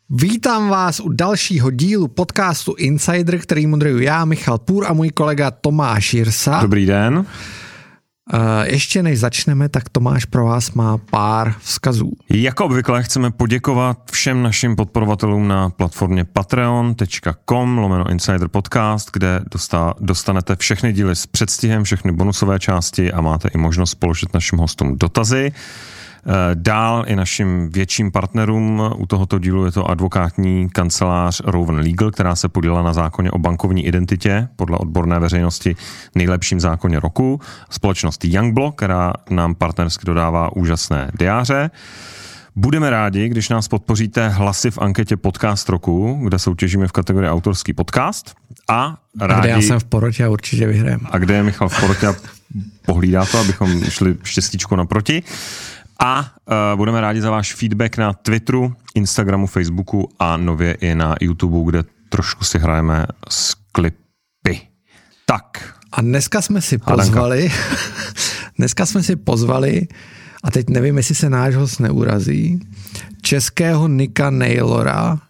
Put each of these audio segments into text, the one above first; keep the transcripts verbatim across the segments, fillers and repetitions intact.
Vítám vás u dalšího dílu podcastu Insider, který moderuju já, Michal Půr a můj kolega Tomáš Jirsa. Dobrý den. Ještě než začneme, tak Tomáš pro vás má pár vzkazů. Jako obvykle chceme poděkovat všem našim podporovatelům na platformě patreon tečka com lomeno Insider Podcast, kde dostanete všechny díly s předstihem, všechny bonusové části a máte i možnost položit našim hostům dotazy. Dál i našim větším partnerům u tohoto dílu je to advokátní kancelář Rowan Legal, která se podílela na zákoně o bankovní identitě, podle odborné veřejnosti nejlepším zákoně roku. Společnost Youngblock, která nám partnersky dodává úžasné diáře. Budeme rádi, když nás podpoříte hlasy v anketě Podcast roku, kde soutěžíme v kategorii autorský podcast. A, rádi, a kde já jsem v porotě a určitě vyhrajem. A kde je Michal v porotě a pohlídá to, abychom šli štěstíčko naproti. A uh, budeme rádi za váš feedback na Twitteru, Instagramu, Facebooku a nově i na YouTube, kde trošku si hrajeme s klipy. Tak. A dneska jsme si pozvali, dneska jsme si pozvali, a teď nevím, jestli se náš host neurazí, českého Nicka Naylora uh,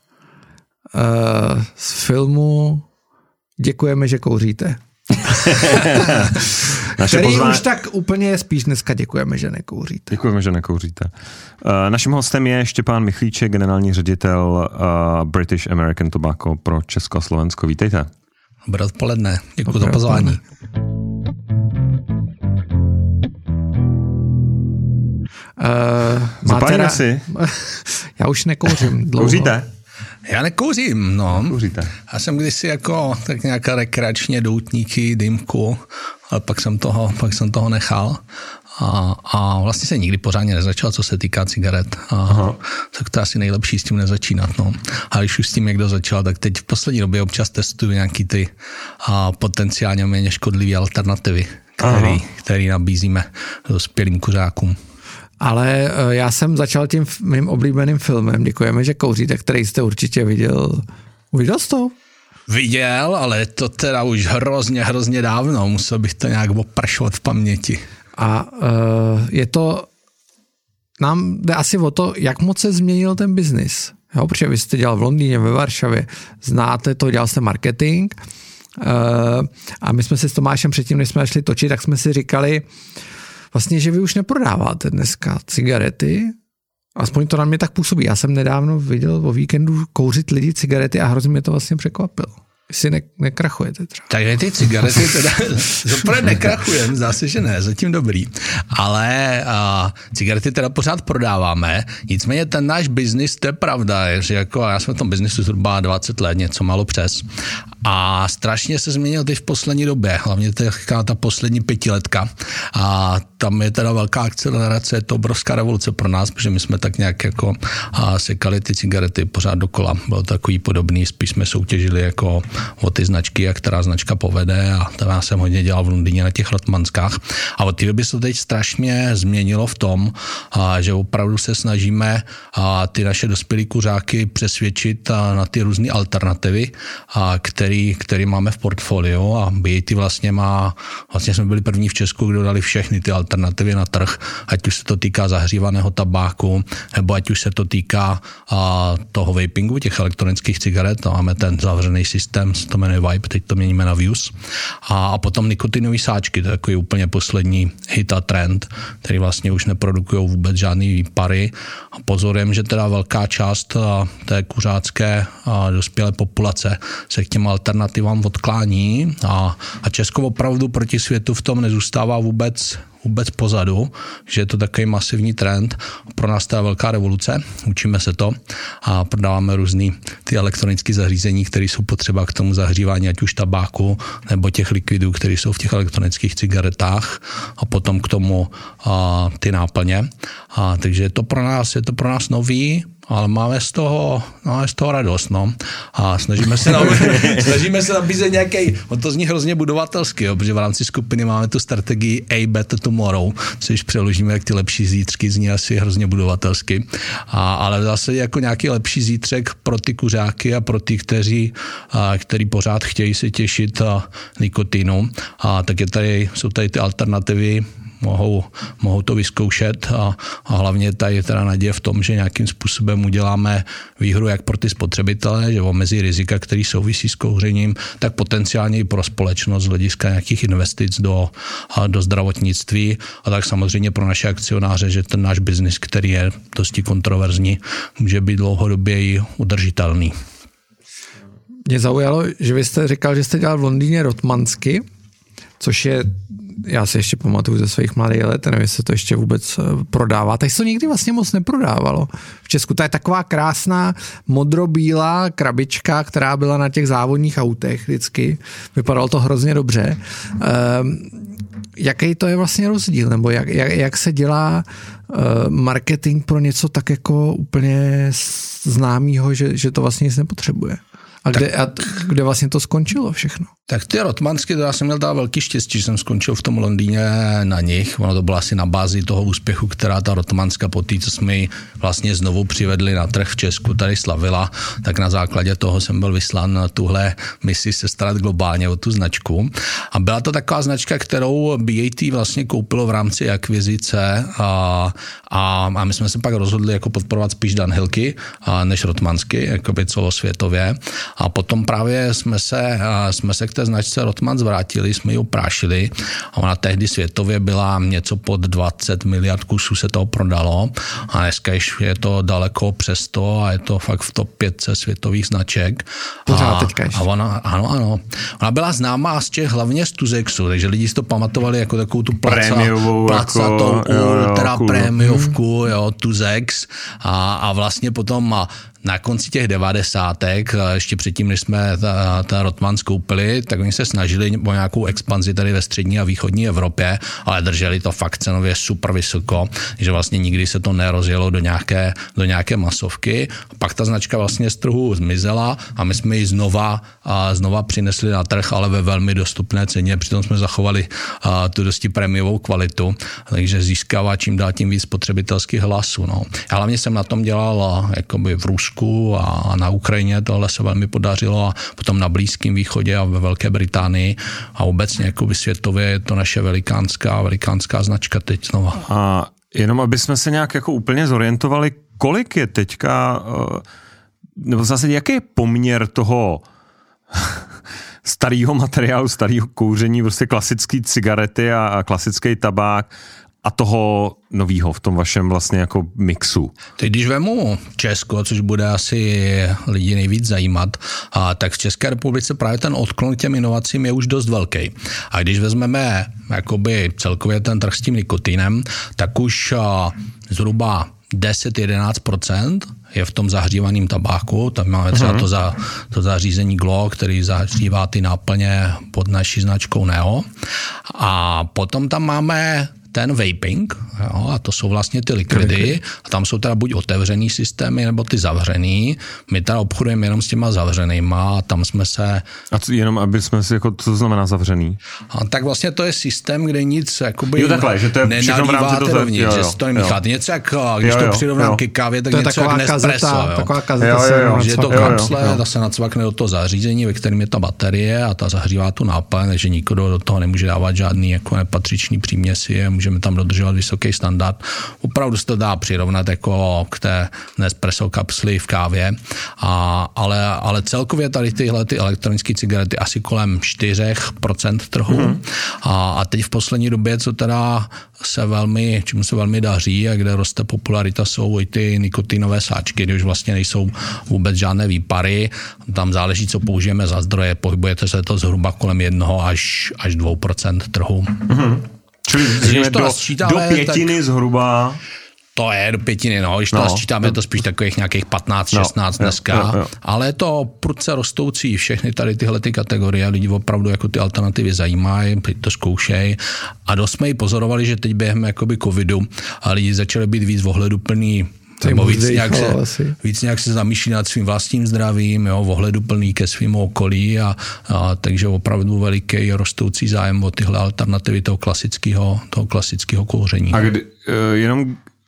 z filmu Děkujeme, že kouříte. Naše který pozvání... už tak úplně spíš dneska děkujeme, že nekouříte. Děkujeme, že nekouříte. Uh, naším hostem je Štěpán Michlíček, generální ředitel uh, British American Tobacco pro Česko a Slovensko. Vítejte. Dobré odpoledne, děkuji za pozvání. Uh, Zapálíme si. Já už nekouřím dlouho. Kouříte? Já nekouřím, no. Kouříte. Já jsem kdysi jako tak nějaká rekreačně doutníky, dýmku, ale pak jsem toho, pak jsem toho nechal. A, a vlastně se nikdy pořádně nezačal, co se týká cigaret. A tak to je asi nejlepší s tím nezačínat. No. A když už s tím někdo začal, tak teď v poslední době občas testuju nějaký ty a, potenciálně méně škodlivé alternativy, který, který nabízíme dospělým kuřákům. Ale já jsem začal tím mým oblíbeným filmem, Děkujeme, že kouříte, který jste určitě viděl. Viděl jsi to? Viděl, ale to teda už hrozně, hrozně dávno. Musel bych to nějak opršovat v paměti. A uh, je to, nám jde asi o to, jak moc se změnil ten biznis. Jo, protože vy jste dělal v Londýně, ve Varšavě, znáte to, dělal jste marketing. Uh, a my jsme si s Tomášem předtím, než jsme šli točit, tak jsme si říkali, vlastně, že vy už neprodáváte dneska cigarety, aspoň to na mě tak působí. Já jsem nedávno viděl o víkendu kouřit lidi cigarety a hrozně mě to vlastně překvapilo. Jestli ne, nekrachujete třeba. Takže ty cigarety teda zaprvé nekrachujeme, zdá se, že ne, zatím dobrý. Ale a, cigarety teda pořád prodáváme, nicméně ten náš biznis, to je pravda, že jako já jsem v tom biznisu zhruba dvacet let, něco málo přes. A strašně se změnil teď v poslední době, hlavně ta, ta poslední pětiletka. A tam je teda velká akcelerace, je to obrovská revoluce pro nás, protože my jsme tak nějak jako a, sekali ty cigarety pořád dokola. Bylo to takový podobný, spíš jsme soutěžili jako o ty značky, jak která značka povede, a tam já jsem hodně dělal v Londýně na těch Rotmanskách. A od té doby se to teď strašně změnilo v tom, a, že opravdu se snažíme a, ty naše dospělí kuřáky přesvědčit a, na ty různé alternativy, a, který, který máme v portfoliu, a bé á té vlastně má, vlastně jsme byli první v Česku, kdo dali všechny ty alternativy na trh, ať už se to týká zahřívaného tabáku, nebo ať už se to týká a, toho vapingu, těch elektronických cigaret, to máme ten zavřený systém, se to jmenuje Vibe, teď to měníme na Views. A, a potom nikotinové sáčky, to je takový úplně poslední hit a trend, který vlastně už neprodukují vůbec žádný pary. A pozorujeme, že teda velká část a, té kuřácké a, dospělé populace se k těm alternativám odklání, a, a Česko opravdu proti světu v tom nezůstává vůbec vůbec pozadu, že je to takový masivní trend. Pro nás to je velká revoluce, učíme se to a prodáváme různý ty elektronické zařízení, které jsou potřeba k tomu zahřívání, ať už tabáku, nebo těch likvidů, které jsou v těch elektronických cigaretách, a potom k tomu a, ty náplně. A, takže je to pro nás, je to pro nás nový, ale máme z toho, máme z toho radost, no. A snažíme se, nabízet, snažíme se nabízet nějaký, on to zní hrozně budovatelsky, jo, protože v rámci skupiny máme tu strategii A Better Tomorrow, co když přeložíme, jak ty lepší zítřky, zní asi hrozně budovatelsky. A, ale zase jako nějaký lepší zítřek pro ty kuřáky a pro ty, kteří, a, kteří pořád chtějí se těšit a, nikotinu. A tak je tady, jsou tady ty alternativy mohou, mohou to vyzkoušet a, a hlavně tady je teda naděje v tom, že nějakým způsobem uděláme výhru jak pro ty spotřebitele, že omezí rizika, který souvisí s kouřením, tak potenciálně i pro společnost z hlediska nějakých investic do, do zdravotnictví a tak samozřejmě pro naše akcionáře, že ten náš biznis, který je dosti kontroverzní, může být dlouhodobě i udržitelný. Mě zaujalo, že vy jste říkal, že jste dělal v Londýně Rothmansky, což je, já si ještě pamatuju ze svých mladých let, nevím, jestli to ještě vůbec prodává. Tak se to nikdy vlastně moc neprodávalo v Česku. To je taková krásná modrobílá krabička, která byla na těch závodních autech vždycky. Vypadalo to hrozně dobře. Ehm, jaký to je vlastně rozdíl? Nebo jak, jak, jak se dělá marketing pro něco tak jako úplně známýho, že, že to vlastně nic nepotřebuje? A kde, a kde vlastně to skončilo všechno? Tak ty Rothmansky, to já jsem měl teda velký štěstí, že jsem skončil v tom Londýně na nich. Ono to bylo asi na bázi toho úspěchu, která ta Rothmanska po té, co jsme ji vlastně znovu přivedli na trh v Česku, tady slavila, tak na základě toho jsem byl vyslán na tuhle misi se starat globálně o tu značku. A byla to taková značka, kterou B A T vlastně koupilo v rámci akvizice a, a, a my jsme se pak rozhodli jako podporovat spíš Dunhilky než Rothmansky, jakoby celosvětově. A potom právě jsme se, jsme se k té značce Rothmans vrátili, jsme ji oprášili a ona tehdy světově byla něco pod dvacet miliard kusů se toho prodalo a dneska je to daleko přes to a je to fakt v top pět světových značek. Pořád a, teďka ještě. A ona, ano, ano. Ona byla známá z těch hlavně z Tuzexu, takže lidi si to pamatovali jako takovou tu placa, placatou, jako, ultra cool. Prémiovku, jo, Tuzex a, a vlastně potom a na konci těch devadesátek, ještě předtím, než jsme ta, ta Rothmans koupili, tak oni se snažili o nějakou expanzi tady ve střední a východní Evropě, ale drželi to fakt cenově super vysoko, že vlastně nikdy se to nerozjelo do nějaké, do nějaké masovky. A pak ta značka vlastně z trhu zmizela a my jsme ji znova, a znova přinesli na trh, ale ve velmi dostupné ceně, přitom jsme zachovali a, tu dosti prémiovou kvalitu, takže získává čím dál tím víc spotřebitelských hlasů. No. Já hlavně jsem na tom dělal jakoby v Rusku a na Ukrajině, tohle se velmi podařilo a potom na Blízkém východě a ve Velké Británii a obecně jakoby světově je to naše velikánská, velikánská značka teď znova. A jenom aby jsme se nějak jako úplně zorientovali, kolik je teďka, nebo zase jaký je poměr toho starého materiálu, starého kouření, prostě klasické cigarety a, a klasický tabák a toho novýho v tom vašem vlastně jako mixu. Teď když vemu Česko, což bude asi lidi nejvíc zajímat, a tak v České republice právě ten odklon k těm inovacím je už dost velký. A když vezmeme jakoby celkově ten trh s tím nikotinem, tak už zhruba deset až jedenáct procent je v tom zahřívaném tabáku. Tam máme třeba to, za, to zařízení Glo, který zahřívá ty náplně pod naší značkou Neo. A potom tam máme ten vaping, jo, a to jsou vlastně ty likvidy, a tam jsou teda buď otevřený systémy, nebo ty zavřený. My teda obchodujeme jenom s těma zavřenýma a tam jsme se... A co, jenom aby jsme si, jako, co znamená zavřený? A tak vlastně to je systém, kde nic jakoby jo, takhle, že to je nenalíváte dovnitř, že se to nemícháte. Něco jak, když jo, jo, to přirovnám ke kávě, tak to něco jak Nespresso. Jo. Taková kazeta, jo, jo, jo, že je to kapsle, jo, jo. Ta se nacvakne do toho zařízení, ve kterém je ta baterie a ta zahřívá tu náplň, takže nikdo do toho nemůže dávat žádný jako nepatřičný příměsi, můžeme tam dodržovat vysoký standard. Opravdu se to dá přirovnat jako k té Nespresso kapsli v kávě, a, ale, ale celkově tady tyhle ty elektronické cigarety asi kolem čtyři procenta trhu mm. a, a teď v poslední době, co teda se velmi, čemu se velmi daří a kde roste popularita, jsou i ty nikotinové sáčky, kde už vlastně nejsou vůbec žádné výpary. Tam záleží, co použijeme za zdroje, pohybujete se to zhruba kolem jednoho až, až dvou procent trhu. Mm. Čili do, do pětiny tak, zhruba. To je do pětiny, no. Když to no, sčítáme, je to spíš takových nějakých patnáct šestnáct no, dneska. Jo, jo, jo. Ale je to prudce rostoucí všechny tady tyhle ty kategorie. Lidi opravdu jako ty alternativy zajímají, to zkoušejí. A dost jsme ji pozorovali, že teď během jakoby covidu a lidi začali být víc ohleduplný. Nebo víc nějak, se, víc nějak se zamýšlí nad svým vlastním zdravím, jo, ohleduplný ke svému okolí a, a takže opravdu veliký rostoucí zájem o tyhle alternativy toho klasického, toho klasického kouření. A kdy, jenom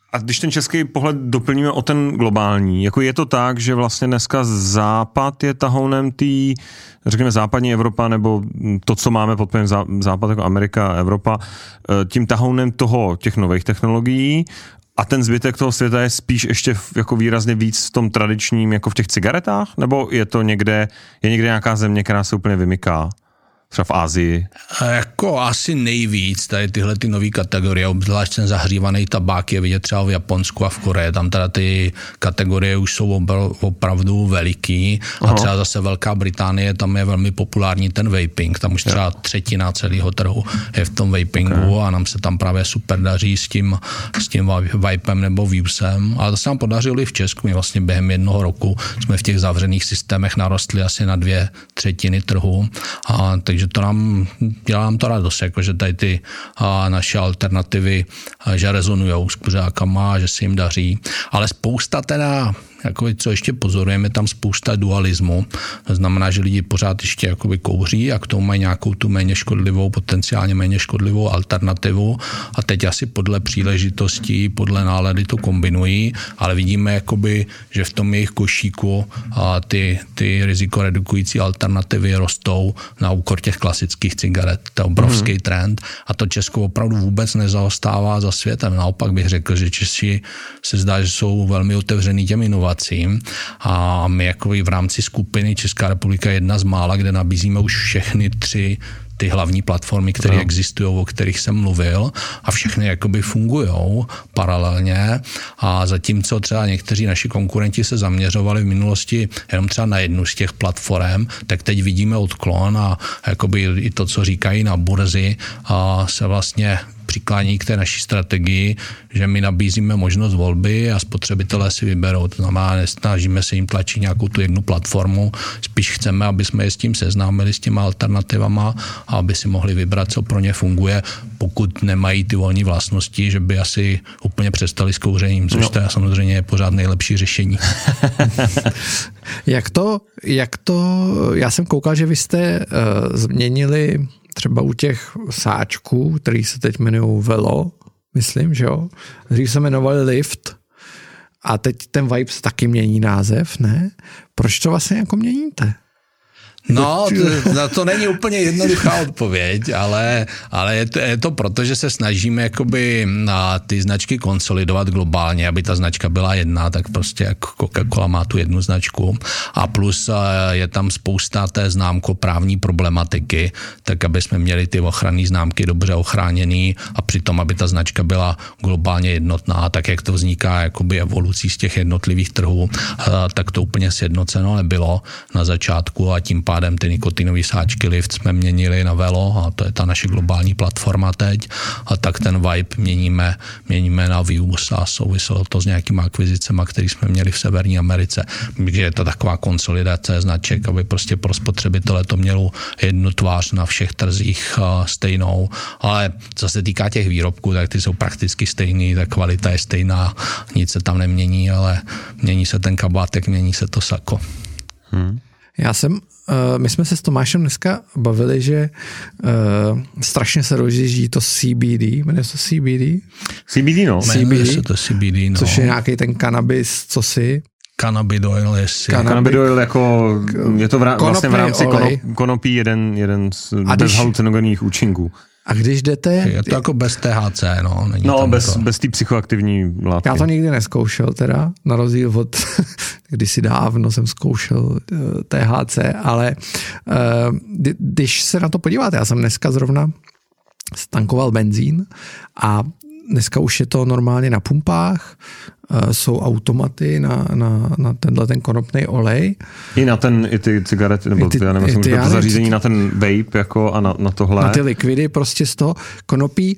A když ten český pohled doplníme o ten globální, jako je to tak, že vlastně dneska západ je tahounem té, řekněme západní Evropa, nebo to, co máme pod pojmem západ jako Amerika, Evropa, tím tahounem toho, těch nových technologií, a ten zbytek toho světa je spíš ještě jako výrazně víc v tom tradičním, jako v těch cigaretách? Nebo je to někde, je někde nějaká země, která se úplně vymyká? Třeba v Asii? Jako asi nejvíc tady tyhle ty nové kategorie, obzvlášť ten zahřívaný tabák je vidět třeba v Japonsku a v Koreji, tam teda ty kategorie už jsou opravdu veliký. Aha. A třeba zase Velká Británie, tam je velmi populární ten vaping, tam už třeba třetina celého trhu je v tom vapingu okay. A nám se tam právě super daří s tím, s tím vapem nebo vusem. A to se nám podařilo i v Česku, my vlastně během jednoho roku jsme v těch zavřených systémech narostli asi na dvě třetiny trhu. A takže to nám, dělá nám to radost, jako, že tady ty a, naše alternativy, a, že rezonujou s kuřákama, že se jim daří. Ale spousta teda, jako, co ještě pozorujeme, tam spousta dualismu. To znamená, že lidi pořád ještě jakoby kouří a k tomu mají nějakou tu méně škodlivou, potenciálně méně škodlivou alternativu. A teď asi podle příležitostí, podle nálady to kombinují, ale vidíme, jakoby, že v tom jejich košíku a ty, ty rizikoredukující alternativy rostou na úkor těch klasických cigaret. To je obrovský mm. trend a to Česko opravdu vůbec nezaostává za světem. Naopak bych řekl, že Češi se zdá, že jsou velmi otevřený těm inovacím a my jako v rámci skupiny Česká republika je jedna z mála, kde nabízíme už všechny tři ty hlavní platformy, které no. existují, o kterých jsem mluvil a všechny jakoby fungujou paralelně a zatímco třeba někteří naši konkurenti se zaměřovali v minulosti jenom třeba na jednu z těch platform, tak teď vidíme odklon a jakoby i to, co říkají na burzy, a se vlastně přiklání k té naší strategii, že my nabízíme možnost volby a spotřebitelé si vyberou. To znamená, nesnažíme se jim tlačit nějakou tu jednu platformu, spíš chceme, aby jsme je s tím seznámili, s těma alternativama a aby si mohli vybrat, co pro ně funguje, pokud nemají ty volné vlastnosti, že by asi úplně přestali s kouřením, což no. to je samozřejmě pořád nejlepší řešení. jak to, jak to, já jsem koukal, že vy jste uh, změnili třeba u těch sáčků, který se teď jmenují Velo, myslím, že jo? Dřív se jmenovali Lift a teď ten Vibe se taky mění název, ne? Proč to vlastně jako měníte? No, to, na to není úplně jednoduchá odpověď, ale, ale je, to, je to proto, že se snažíme jakoby na ty značky konsolidovat globálně, aby ta značka byla jedna, tak prostě jako Coca-Cola má tu jednu značku a plus je tam spousta té známkoprávní problematiky, tak aby jsme měli ty ochranné známky dobře ochráněný a přitom, aby ta značka byla globálně jednotná, tak jak to vzniká jakoby evolucí z těch jednotlivých trhů, tak to úplně sjednoceno nebylo na začátku a tím pádem ty nikotinové sáčky Lift jsme měnili na Velo a to je ta naše globální platforma teď a tak ten Vibe měníme, měníme na Vuse a souviselo to s nějakýma akvizicema, které jsme měli v Severní Americe. Je to taková konsolidace značek, aby prostě pro spotřebitele to mělo jednu tvář na všech trzích stejnou, ale co se týká těch výrobků, tak ty jsou prakticky stejný, ta kvalita je stejná, nic se tam nemění, ale mění se ten kabátek, mění se to sako. Hmm. Já jsem, my jsme se s Tomášem dneska bavili, že uh, strašně se rozjíždí to C B D, jmenuje se to C B D? C B D, no. C B D, se to C B D, no. Což je nějaký ten kanabis, co si... Cannabidiol, jestli. Cannabidiol jako, je to v rá, vlastně v rámci konop, konopí jeden, jeden z bezhalucinogenních účinků. A když jdete... Je to jako bez T H C, no. Není no, tam bez, to. bez té psychoaktivní látky. Já to nikdy neskoušel teda, na rozdíl od, kdysi dávno jsem zkoušel T H C, ale uh, když se na to podíváte, já jsem dneska zrovna stankoval benzín a dneska už je to normálně na pumpách, uh, jsou automaty na, na, na tenhle ten konopný olej. I na ten, i ty cigarety, nebo ty, já nevím, ty, to zařízení ty, na ten vape jako a na, na tohle. Na ty likvidy prostě z toho konopí.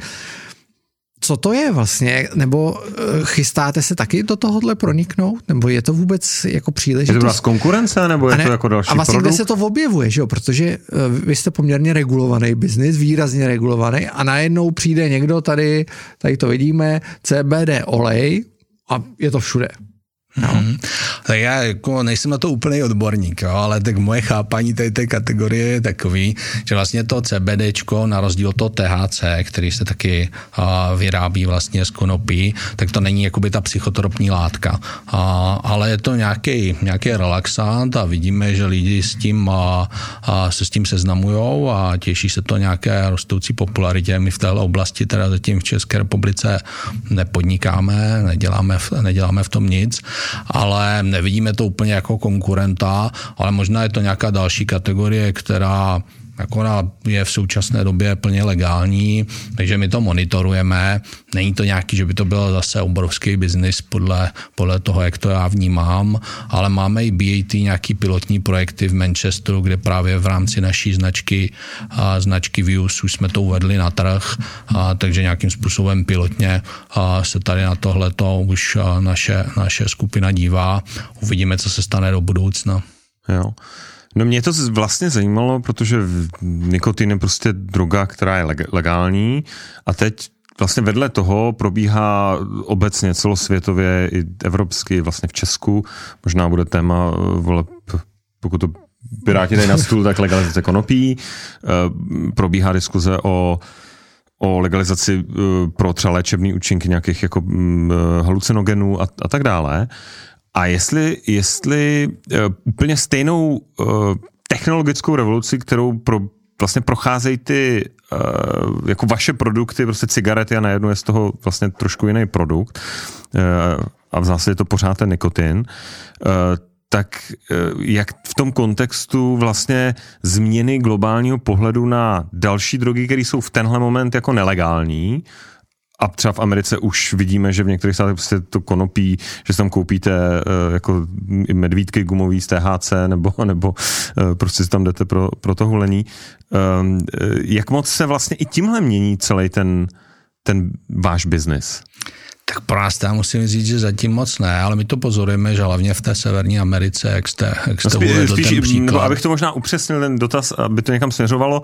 Co to je vlastně? Nebo chystáte se taky do tohohle proniknout? Nebo je to vůbec jako příležitost? Je to z konkurence, nebo je ne, to jako další produkt? A vlastně produkt? Kde se to objevuje, že jo? Protože vy jste poměrně regulovaný biznis, výrazně regulovaný a najednou přijde někdo tady, tady to vidíme, C B D olej a je to všude. No. Hmm. Tak já jako nejsem na to úplný odborník, jo, ale tak moje chápání té, té kategorie je takový, že vlastně to CBDčko, na rozdíl od toho T H C, který se taky uh, vyrábí vlastně z konopí, tak to není jakoby ta psychotropní látka, uh, ale je to nějaký, nějaký relaxant a vidíme, že lidi s tím, uh, uh, se s tím seznamujou a těší se to nějaké rostoucí popularitě. My v téhle oblasti teda zatím v České republice nepodnikáme, neděláme v, neděláme v tom nic, ale nevidíme to úplně jako konkurenta, ale možná je to nějaká další kategorie, která jako je v současné době plně legální, takže my to monitorujeme. Není to nějaký, že by to byl zase obrovský biznis podle, podle toho, jak to já vnímám, ale máme i B A T nějaký pilotní projekty v Manchesteru, kde právě v rámci naší značky, a značky Views už jsme to uvedli na trh, a takže nějakým způsobem pilotně a se tady na tohleto už naše, naše skupina dívá. Uvidíme, co se stane do budoucna. Jo. No mě to vlastně zajímalo, protože nikotin je prostě droga, která je legální a teď vlastně vedle toho probíhá obecně celosvětově i evropsky, vlastně v Česku, možná bude téma, vole, pokud to Piráti dají na stůl, tak legalizace konopí, probíhá diskuze o o legalizaci pro třeba léčebné účinky nějakých jako halucinogenů a, a tak dále. A jestli, jestli uh, úplně stejnou uh, technologickou revoluci, kterou pro, vlastně procházejí ty uh, jako vaše produkty, prostě cigarety a najednou je z toho vlastně trošku jiný produkt uh, a v zásadě to pořád ten nikotin, uh, tak uh, jak v tom kontextu vlastně změny globálního pohledu na další drogy, které jsou v tenhle moment jako nelegální, a třeba v Americe už vidíme, že v některých státech prostě to konopí, že si tam koupíte uh, jako medvídky gumový z T H C nebo, nebo uh, prostě si tam jdete pro, pro to hulení. Um, jak moc se vlastně i tímhle mění celý ten, ten váš biznis? Tak pro nás já musím říct, že zatím moc ne, ale my to pozorujeme, že hlavně v té Severní Americe, jak jste, jak jste no, uvedl ten příklad. Nebo abych to možná upřesnil ten dotaz, aby to někam směřovalo,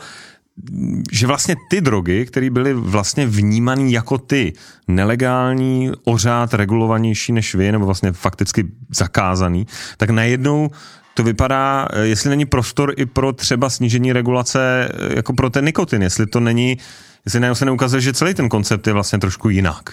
že vlastně ty drogy, které byly vlastně vnímané jako ty nelegální, ořád regulovanější než vy, nebo vlastně fakticky zakázaný, tak najednou to vypadá, jestli není prostor i pro třeba snížení regulace jako pro ten nikotin, jestli to není, jestli najednou se neukazuje, že celý ten koncept je vlastně trošku jinak.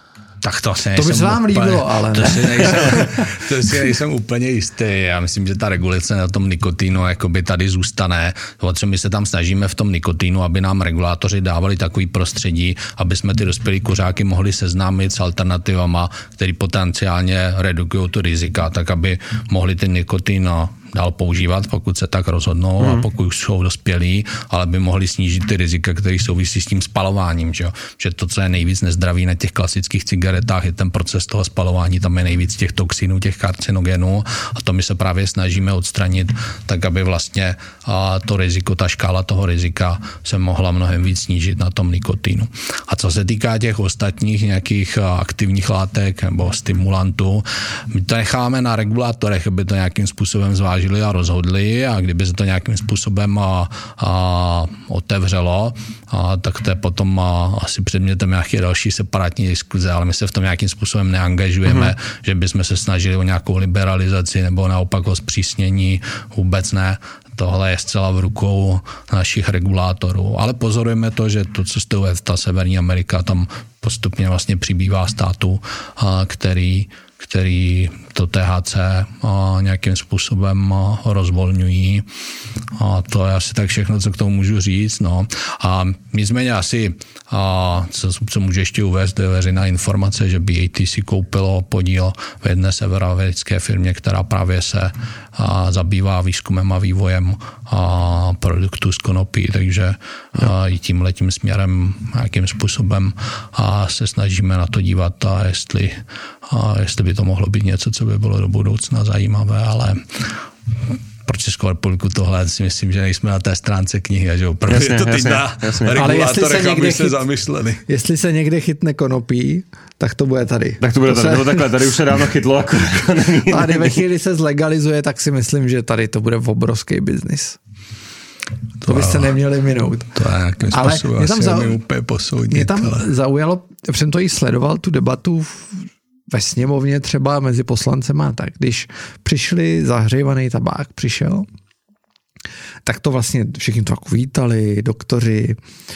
Tak to, to by se vám úplně, líbilo, ale to ne. Si nejsem, to si nejsem úplně jistý. Já myslím, že ta regulace na tom nikotinu jakoby tady zůstane. O co my se tam snažíme v tom nikotinu, aby nám regulátoři dávali takový prostředí, aby jsme ty dospělí kuřáky mohli seznámit s alternativama, které potenciálně redukují to rizika, tak aby mohli ten nikotin dál používat, pokud se tak rozhodnou hmm. a pokud už jsou dospělí, ale by mohli snížit ty rizika, které souvisí s tím spalováním. Že, že to, co je nejvíc nezdravý na těch klasických cigaretách, je ten proces toho spalování, tam je nejvíc těch toxinů, těch karcinogenů a to my se právě snažíme odstranit, tak aby vlastně a to riziko, ta škála toho rizika se mohla mnohem víc snížit na tom nikotinu. A co se týká těch ostatních nějakých aktivních látek nebo stimulantů, my to necháme na regulátorech, aby to nějakým způsobem zvážili a rozhodli a kdyby se to nějakým způsobem a, a otevřelo, a, tak to je potom a, asi předmětem nějaké další separátní diskuze, ale my se v tom nějakým způsobem neangažujeme, mm-hmm. že bychom se snažili o nějakou liberalizaci nebo naopak o zpřísnění, vůbec ne. Tohle je zcela v rukou našich regulátorů. Ale pozorujeme to, že to, co jste uvedl, ta Severní Amerika, tam postupně vlastně přibývá států, který který to T H C nějakým způsobem rozvolňují. A to je asi tak všechno, co k tomu můžu říct. No. A nicméně asi, a co, co můžu ještě uvést, to je veřejná informace, že B A T si koupilo podíl v jedné severoamerické firmě, která právě se a, zabývá výzkumem a vývojem a, produktů z konopí, takže a, i tímhletím směrem nějakým způsobem a, se snažíme na to dívat a jestli, a, jestli by to mohlo být něco, co by bylo do budoucna zajímavé, ale pro Českou republiku tohle si myslím, že nejsme na té stránce knihy, že opravdu jasně, je to teď na regulátorech, aby se zamysleli. Jestli se někde chytne konopí, tak to bude tady. Tak to bude to tady, se... no takhle, tady už se dávno chytlo. Jako, jako a ve chvíli se zlegalizuje, tak si myslím, že tady to bude obrovský biznis. To, to byste neměli minout. To je nějakým způsobem asi zau... úplně posoudit. Mě tam ale... zaujalo, jsem to i sledoval, tu debatu ve sněmovně třeba mezi poslancema, tak když přišli, zahřívaný tabák přišel, tak to vlastně všichni to jako vítali, doktoři,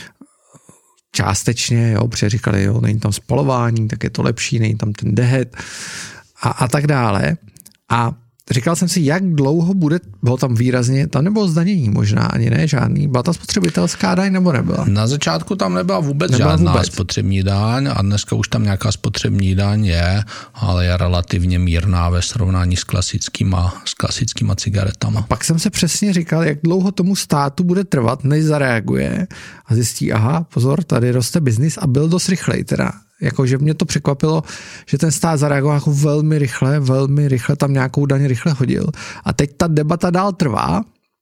částečně, jo, protože říkali, jo, není tam spalování, tak je to lepší, není tam ten dehet a, a tak dále. A říkal jsem si, jak dlouho bude, bylo tam výrazně, tam nebylo zdanění možná, ani ne, žádný. Byla ta spotřebitelská daň nebo nebyla? Na začátku tam nebyla vůbec nebyla žádná vůbec. spotřební daň a dneska už tam nějaká spotřební daň je, ale je relativně mírná ve srovnání s klasickýma, s klasickýma cigaretama. Pak jsem se přesně říkal, jak dlouho tomu státu bude trvat, než zareaguje a zjistí, aha, pozor, tady roste biznis a byl dost rychlej teda. Jakože mě to překvapilo, že ten stát zareagoval jako velmi rychle, velmi rychle, tam nějakou daň rychle hodil. A teď ta debata dál trvá.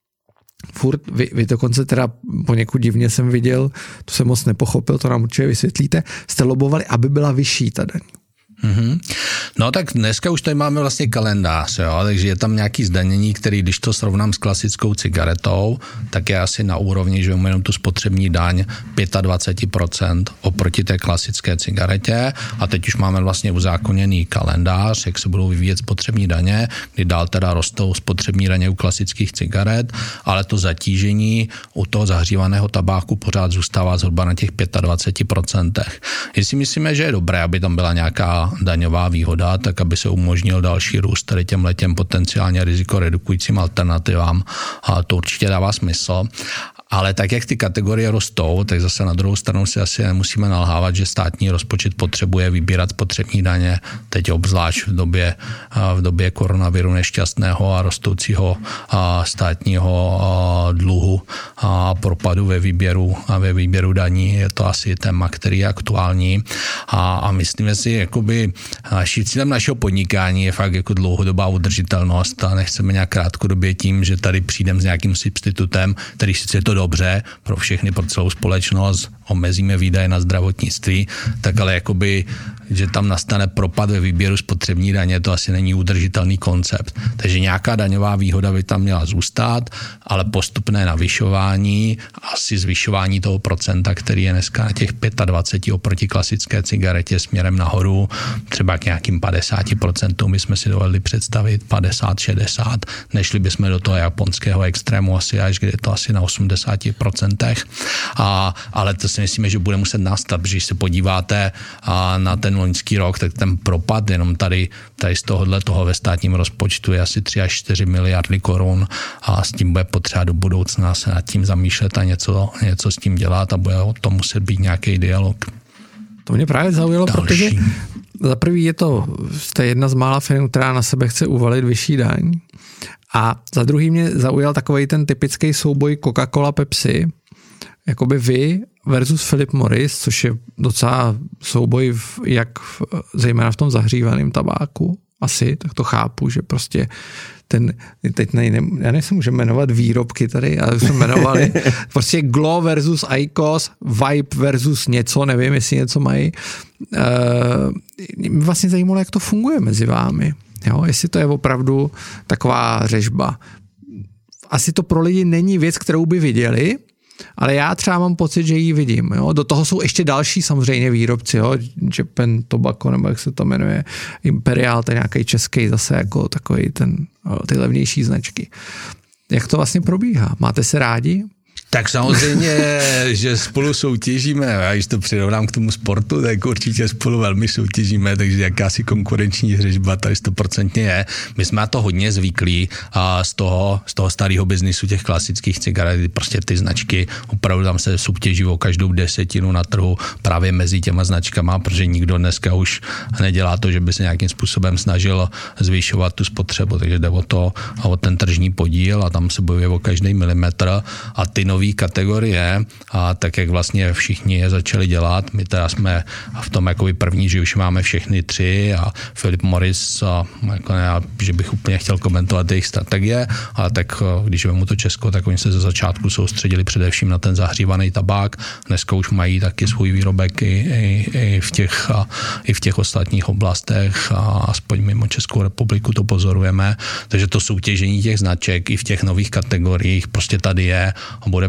Furt, vy, vy dokonce teda poněkud divně jsem viděl, to jsem moc nepochopil, to nám určitě vysvětlíte, jste lobovali, aby byla vyšší ta daň. Mm-hmm. No tak dneska už tady máme vlastně kalendář, jo? Takže je tam nějaký zdanění, který když to srovnám s klasickou cigaretou, tak je asi na úrovni, že jenom tu spotřební daň dvacet pět procent oproti té klasické cigaretě a teď už máme vlastně uzákoněný kalendář, jak se budou vyvíjet spotřební daně, kdy dál teda rostou spotřební daně u klasických cigaret, ale to zatížení u toho zahřívaného tabáku pořád zůstává zhruba na těch dvacet pět procent. Jestli myslíme, že je dobré, aby tam byla nějaká daňová výhoda, tak aby se umožnil další růst tady těm letěm potenciálně riziko redukujícím alternativám. A to určitě dává smysl. Ale tak, jak ty kategorie rostou, tak zase na druhou stranu si asi nemusíme nalhávat, že státní rozpočet potřebuje vybírat spotřební daně, teď obzvlášť v době, v době koronaviru nešťastného a rostoucího státního dluhu a propadu ve výběru, a ve výběru daní. Je to asi téma, který je aktuální. A, a myslíme si, jakoby naším cílem našeho podnikání je fakt jako dlouhodobá udržitelnost a nechceme nějak krátkodobě tím, že tady přijdeme s nějakým substitutem, který sice je to dobře pro všechny, pro celou společnost, omezíme výdaje na zdravotnictví, tak ale jakoby, že tam nastane propad ve výběru spotřební daně, to asi není udržitelný koncept. Takže nějaká daňová výhoda by tam měla zůstat, ale postupné navyšování, asi zvyšování toho procenta, který je dneska na těch dvacet pět oproti klasické cigaretě směrem nahoru, třeba k nějakým padesáti procentům my jsme si dovedli představit, padesát šedesát, nešli bychom do toho japonského extrému asi až, kde je to asi na osmdesáti procentech. A, ale to si myslíme, že bude muset nastat, protože když se podíváte a na ten loňský rok, tak ten propad jenom tady, tady z tohohle toho ve státním rozpočtu je asi tři až čtyři miliardy korun a s tím bude potřeba do budoucna se nad tím zamýšlet a něco, něco s tím dělat a bude o tom muset být nějaký dialog. To mě právě zaujalo, Další. protože za prvý je to, jste jedna z mála firm, která na sebe chce uvalit vyšší daň a za druhý mě zaujal takovej ten typický souboj Coca-Cola Pepsi, jakoby vy versus Philip Morris, což je docela souboj v, jak v, zejména v tom zahřívaném tabáku, asi, tak to chápu, že prostě ten, teď ne, ne, já nejsem můžeme jmenovat výrobky tady, ale jsme jmenovali prostě Glow versus Icos, Vibe versus něco, nevím, jestli něco mají. E, mě vlastně zajímalo, jak to funguje mezi vámi, jo? Jestli to je opravdu taková řežba. Asi to pro lidi není věc, kterou by viděli, ale já třeba mám pocit, že ji vidím. Jo? Do toho jsou ještě další samozřejmě výrobci, jo? Japan Tobacco, nebo jak se to jmenuje, Imperial, ten nějaký český zase jako takový ten, ty levnější značky. Jak to vlastně probíhá? Máte se rádi? Tak samozřejmě, že spolu soutěžíme, a když to přirovnám k tomu sportu, tak určitě spolu velmi soutěžíme, takže jakási konkurenční hřežba tady stoprocentně je. My jsme na to hodně zvyklí a z toho, z toho starého biznisu těch klasických cigaret, prostě ty značky, opravdu tam se soutěží o každou desetinu na trhu právě mezi těma značkama, protože nikdo dneska už nedělá to, že by se nějakým způsobem snažil zvyšovat tu spotřebu, takže jde o to, o ten tržní podíl a tam se bojuje o každý milimetr a ty nový kategorie a tak, jak vlastně všichni je začali dělat. My teda jsme v tom jakoby první, že už máme všechny tři a Philip Morris, a, jako ne, že bych úplně chtěl komentovat jejich strategie, ale tak když vemu to Česko, tak oni se ze začátku soustředili především na ten zahřívaný tabák. Dneska už mají taky svůj výrobek i, i, i, v, těch, a, i v těch ostatních oblastech a aspoň mimo Českou republiku to pozorujeme. Takže to soutěžení těch značek i v těch nových kategoriích prostě tady je a bude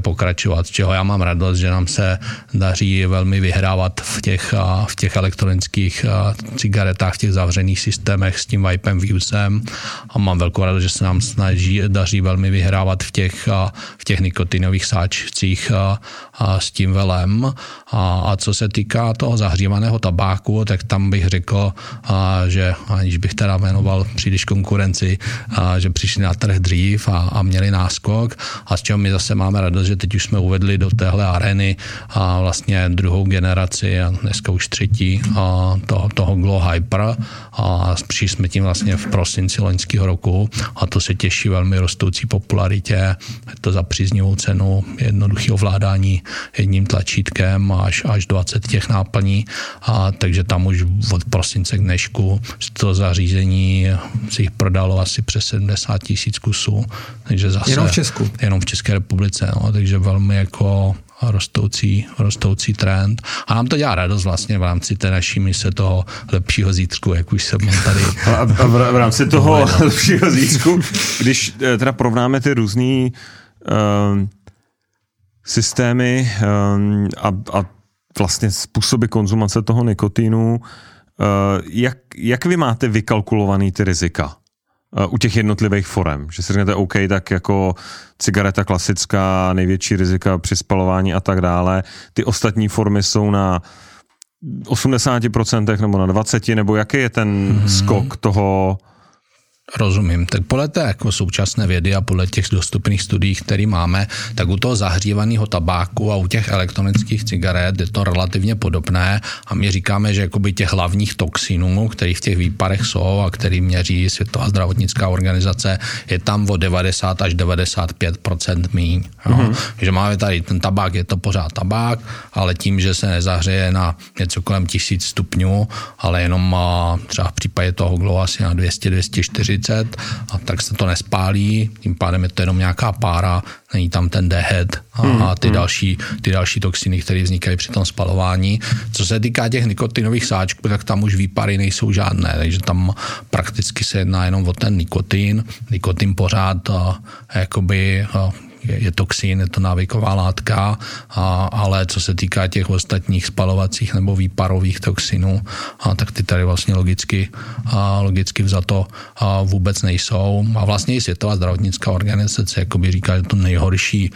pokračovat, z čeho já mám radost, že nám se daří velmi vyhrávat v těch, v těch elektronických cigaretách, v těch zavřených systémech s tím Vipem, Vusem a mám velkou radost, že se nám snaží, daří velmi vyhrávat v těch, v těch nikotinových sáčcích a, a s tím velem. A, a co se týká toho zahřívaného tabáku, tak tam bych řekl, a, že aniž bych teda jmenoval příliš konkurenci, a, že přišli na trh dřív a, a měli náskok a z čeho my zase máme radost, že teď už jsme uvedli do téhle arény a vlastně druhou generaci a dneska už třetí a toho, toho Glow Hyper a přišli jsme tím vlastně v prosinci loňského roku a to se těší velmi rostoucí popularitě. Je to za příznivou cenu, jednoduché ovládání jedním tlačítkem až, až dvacet těch náplní a takže tam už od prosince k dnešku to zařízení si jich prodalo asi přes sedmdesát tisíc kusů. Takže zase, jenom v Česku? Jenom v České republice, no, takže velmi jako rostoucí, rostoucí trend. A nám to dělá radost vlastně v rámci té naší mise toho lepšího zítřku, jak už jsem tady... A, a v, v rámci toho lepšího zítřku, když teda porovnáme ty různý um, systémy um, a, a vlastně způsoby konzumace toho nikotinu, uh, jak, jak vy máte vykalkulovaný ty rizika? U těch jednotlivých forem, že si řeknete OK, tak jako cigareta klasická, největší rizika při spalování a tak dále. Ty ostatní formy jsou na osmdesát procent nebo na dvacet procent, nebo jaký je ten mm-hmm. skok toho? Rozumím. Tak podle té jako současné vědy a podle těch dostupných studií, které máme, tak u toho zahřívaného tabáku a u těch elektronických cigaret je to relativně podobné a my říkáme, že jakoby těch hlavních toxinů, které v těch výparech jsou a který měří Světová zdravotnická organizace, je tam o devadesát až devadesát pět procent míň. Mm-hmm. Že máme tady ten tabák, je to pořád tabák, ale tím, že se nezahřeje na něco kolem tisíc stupňů, ale jenom třeba v případě toho Glow asi na dvě stě, dvě stě čtyřicet, a tak se to nespálí, tím pádem je to jenom nějaká pára, není tam ten dehead a, hmm, a ty, hmm. další, ty další toxiny, které vznikají při tom spalování. Co se týká těch nikotinových sáčků, tak tam už výpary nejsou žádné, takže tam prakticky se jedná jenom o ten nikotin. Nikotin pořád a, jakoby a, Je, je toxin, je to návyková látka, a, ale co se týká těch ostatních spalovacích nebo výparových toxinů, a, tak ty tady vlastně logicky, a, logicky vzato a, vůbec nejsou. A vlastně i Světová zdravotnická organizace jakoby říká, že to nejhorší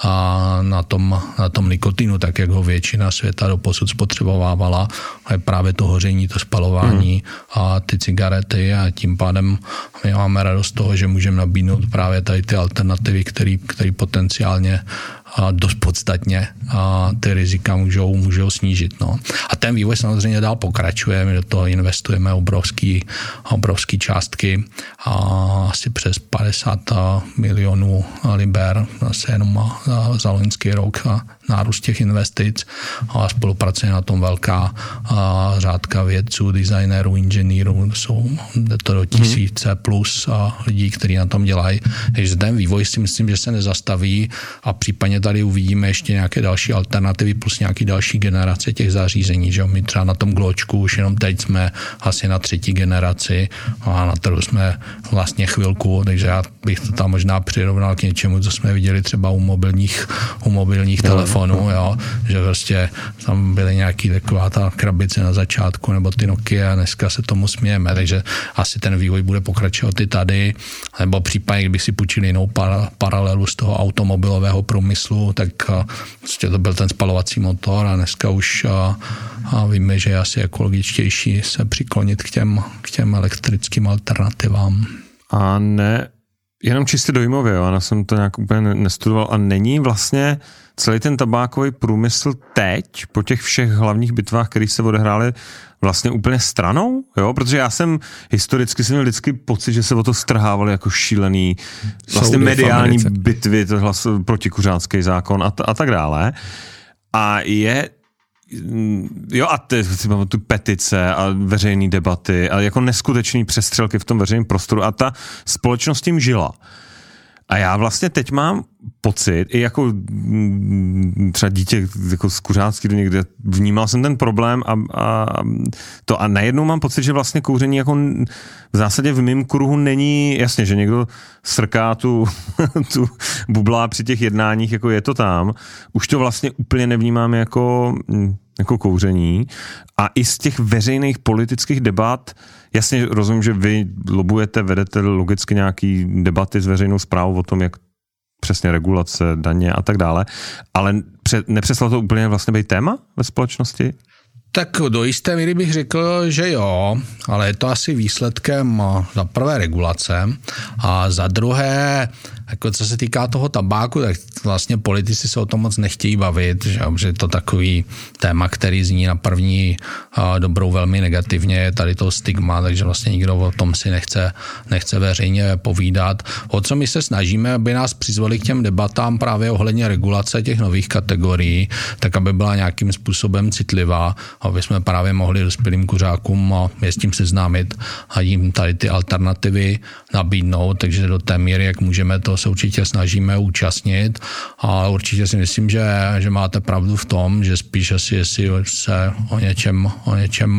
a, na, tom, na tom nikotinu, tak jak ho většina světa doposud spotřebovávala, je právě to hoření, to spalování hmm. a ty cigarety a tím pádem my máme radost toho, že můžeme nabídnout právě tady ty alternativy, které potenciálně a dost podstatně a ty rizika můžou, můžou snížit. No. A ten vývoj samozřejmě dál pokračuje, my do toho investujeme obrovský, obrovský částky a asi přes padesát milionů liber zase jenom za loňský rok a nárůst těch investic a spolupracuje na tom velká a řádka vědců, designérů, inženýrů, jsou to do tisíce plus a lidí, kteří na tom dělají. Takže ten vývoj si myslím, že se nezastaví a případně tady uvidíme ještě nějaké další alternativy plus nějaký další generace těch zařízení, že my třeba na tom Gločku už jenom teď jsme asi na třetí generaci a na trhu jsme vlastně chvilku, takže já bych to tam možná přirovnal k něčemu, co jsme viděli třeba u mobilních, u mobilních no. telefonů, jo, že prostě tam byly nějaký taková ta krabice na začátku nebo ty Nokia a dneska se tomu smějeme, takže asi ten vývoj bude pokračovat i tady, nebo případně, kdybych si půjčili jinou para, paralelu z toho automobilového průmyslu, tak prostě to byl ten spalovací motor a dneska už a, a víme, že je asi ekologičtější se přiklonit k těm, k těm elektrickým alternativám. A ne, jenom čistě dojmově, jo, já jsem to nějak úplně nestudoval a není vlastně celý ten tabákový průmysl teď po těch všech hlavních bitvách, které se odehrály, vlastně úplně stranou, jo, protože já jsem historicky jsem měl vždycky pocit, že se o to strhávali jako šílený vlastně mediální bitvy, to hlas, protikuřácký zákon a, t- a tak dále. A je jo a ty, tu petice a veřejné debaty a jako neskutečný přestřelky v tom veřejném prostoru a ta společnost tím žila. A já vlastně teď mám pocit, i jako třeba dítě jako z kuřácký do někde, vnímal jsem ten problém a, a to a najednou mám pocit, že vlastně kouření jako v zásadě v mém kruhu není, jasně, že někdo srká tu, tu bublá při těch jednáních, jako je to tam, už to vlastně úplně nevnímám jako, jako kouření a i z těch veřejných politických debat, jasně rozumím, že vy lobujete, vedete logicky nějaký debaty s veřejnou správou o tom, jak přesně regulace, daně a tak dále, ale nepřestalo to úplně vlastně být téma ve společnosti? Tak do jisté míry bych řekl, že jo, ale je to asi výsledkem za prvé regulace a za druhé, jako co se týká toho tabáku, tak vlastně politici se o tom moc nechtějí bavit, že, že je to takový téma, který zní na první a, dobrou velmi negativně, je tady to stigma, takže vlastně nikdo o tom si nechce, nechce veřejně povídat. O co my se snažíme, aby nás přizvali k těm debatám právě ohledně regulace těch nových kategorií, tak aby byla nějakým způsobem citlivá, aby jsme právě mohli dospělým kuřákům je s tím seznámit a jim tady ty alternativy nabídnout, takže do té míry, jak můžeme, to se určitě snažíme účastnit a určitě si myslím, že, že máte pravdu v tom, že spíš asi, jestli se o něčem, o něčem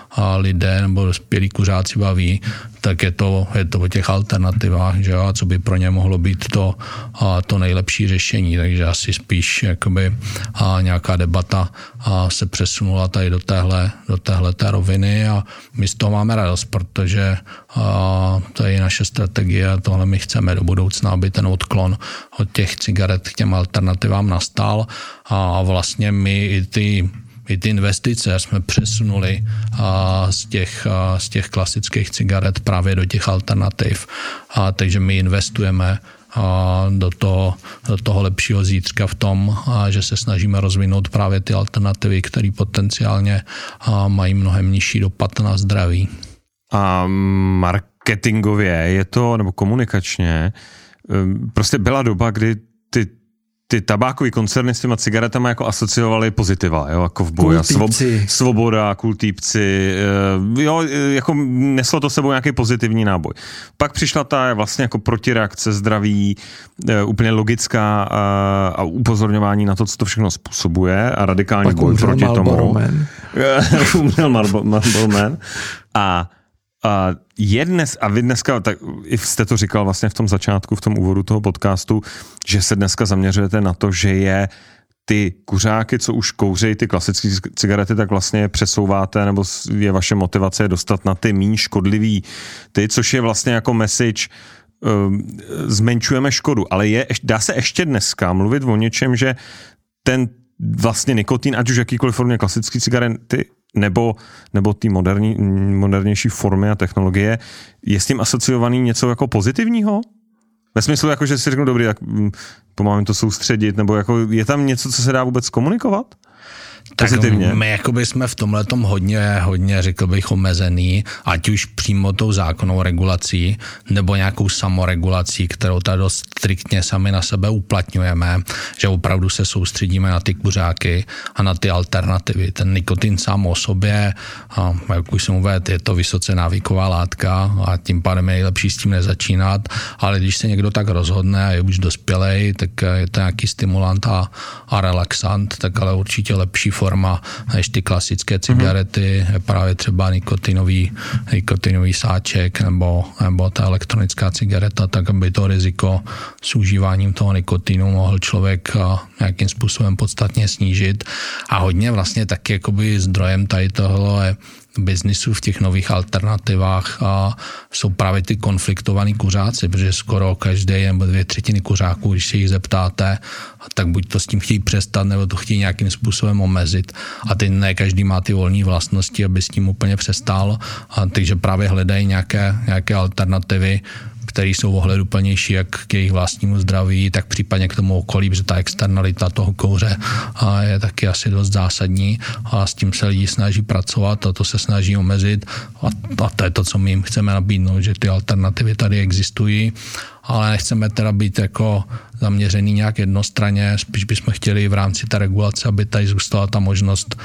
lidé nebo dospělí kuřáci baví, tak je to, je to o těch alternativách, že jo, a co by pro ně mohlo být to, a to nejlepší řešení, takže asi spíš jakoby a nějaká debata a se přesunula tady do téhle, do téhle té roviny a my z toho máme radost, protože a to je naše strategie a tohle my chceme do budoucna, aby ten odklon od těch cigaret k těm alternativám nastal a vlastně my i ty I ty investice jsme přesunuli a, z, těch, a, z těch klasických cigaret právě do těch alternativ. A, takže my investujeme a, do, toho, do toho lepšího zítřka v tom, a, že se snažíme rozvinout právě ty alternativy, které potenciálně a, mají mnohem nižší dopad na zdraví. A marketingově je to, nebo komunikačně, prostě byla doba, kdy ty ty tabákový koncerny s těma cigaretama jako asociovali pozitiva, jo, jako v boji, svob, svoboda, cool týpci, jo, jako neslo to sebou nějaký pozitivní náboj. Pak přišla ta vlastně jako protireakce zdraví, úplně logická a, a upozorňování na to, co to všechno způsobuje a radikální boj proti tomu. Umřel Marlboro Man. A A je dnes, a vy dneska, tak i jste to říkal vlastně v tom začátku, v tom úvodu toho podcastu, že se dneska zaměřujete na to, že je ty kuřáky, co už kouřejí ty klasické cigarety, tak vlastně je přesouváte, nebo je vaše motivace je dostat na ty méně škodlivý ty, což je vlastně jako message, um, zmenšujeme škodu, ale je, dá se ještě dneska mluvit o něčem, že ten vlastně nikotin, ať už jakýkoliv formě klasické cigarety, nebo, nebo ty moderní, modernější formy a technologie, je s tím asociovaný něco jako pozitivního? Ve smyslu, jako, že si řeknu, dobrý, tak pomáhám to soustředit, nebo jako je tam něco, co se dá vůbec komunikovat? Pozitivně. Tak my jakoby jsme v tomhletom hodně, hodně, řekl bych, omezený, ať už přímo tou zákonnou regulací, nebo nějakou samoregulací, kterou tady dost striktně sami na sebe uplatňujeme, že opravdu se soustředíme na ty kuřáky a na ty alternativy. Ten nikotin sám o sobě, a jak už jsem uvedl, je to vysoce návyková látka a tím pádem je nejlepší s tím nezačínat, ale když se někdo tak rozhodne a je už dospělej, tak je to nějaký stimulant a, a relaxant, tak ale určitě lepší forma než ty klasické cigarety, mm-hmm. právě třeba nikotinový, nikotinový sáček nebo, nebo ta elektronická cigareta, tak aby to riziko s užíváním toho nikotinu mohl člověk nějakým způsobem podstatně snížit. A hodně vlastně taky jakoby zdrojem tady toho je biznisu v těch nových alternativách a jsou právě ty konfliktovaný kuřáci, protože skoro každý nebo dvě třetiny kuřáků, když se jich zeptáte, tak buď to s tím chtějí přestat, nebo to chtějí nějakým způsobem omezit. A teď ne každý má ty volné vlastnosti, aby s tím úplně přestal, a takže právě hledají nějaké, nějaké alternativy, které jsou ohleduplnější jak k jejich vlastnímu zdraví, tak případně k tomu okolí, protože ta externalita toho kouře je taky asi dost zásadní a s tím se lidi snaží pracovat a to se snaží omezit a, a to je to, co my jim chceme nabídnout, že ty alternativy tady existují, ale nechceme teda být jako zaměřený nějak jednostranně, spíš bychom chtěli v rámci té regulace, aby tady zůstala ta možnost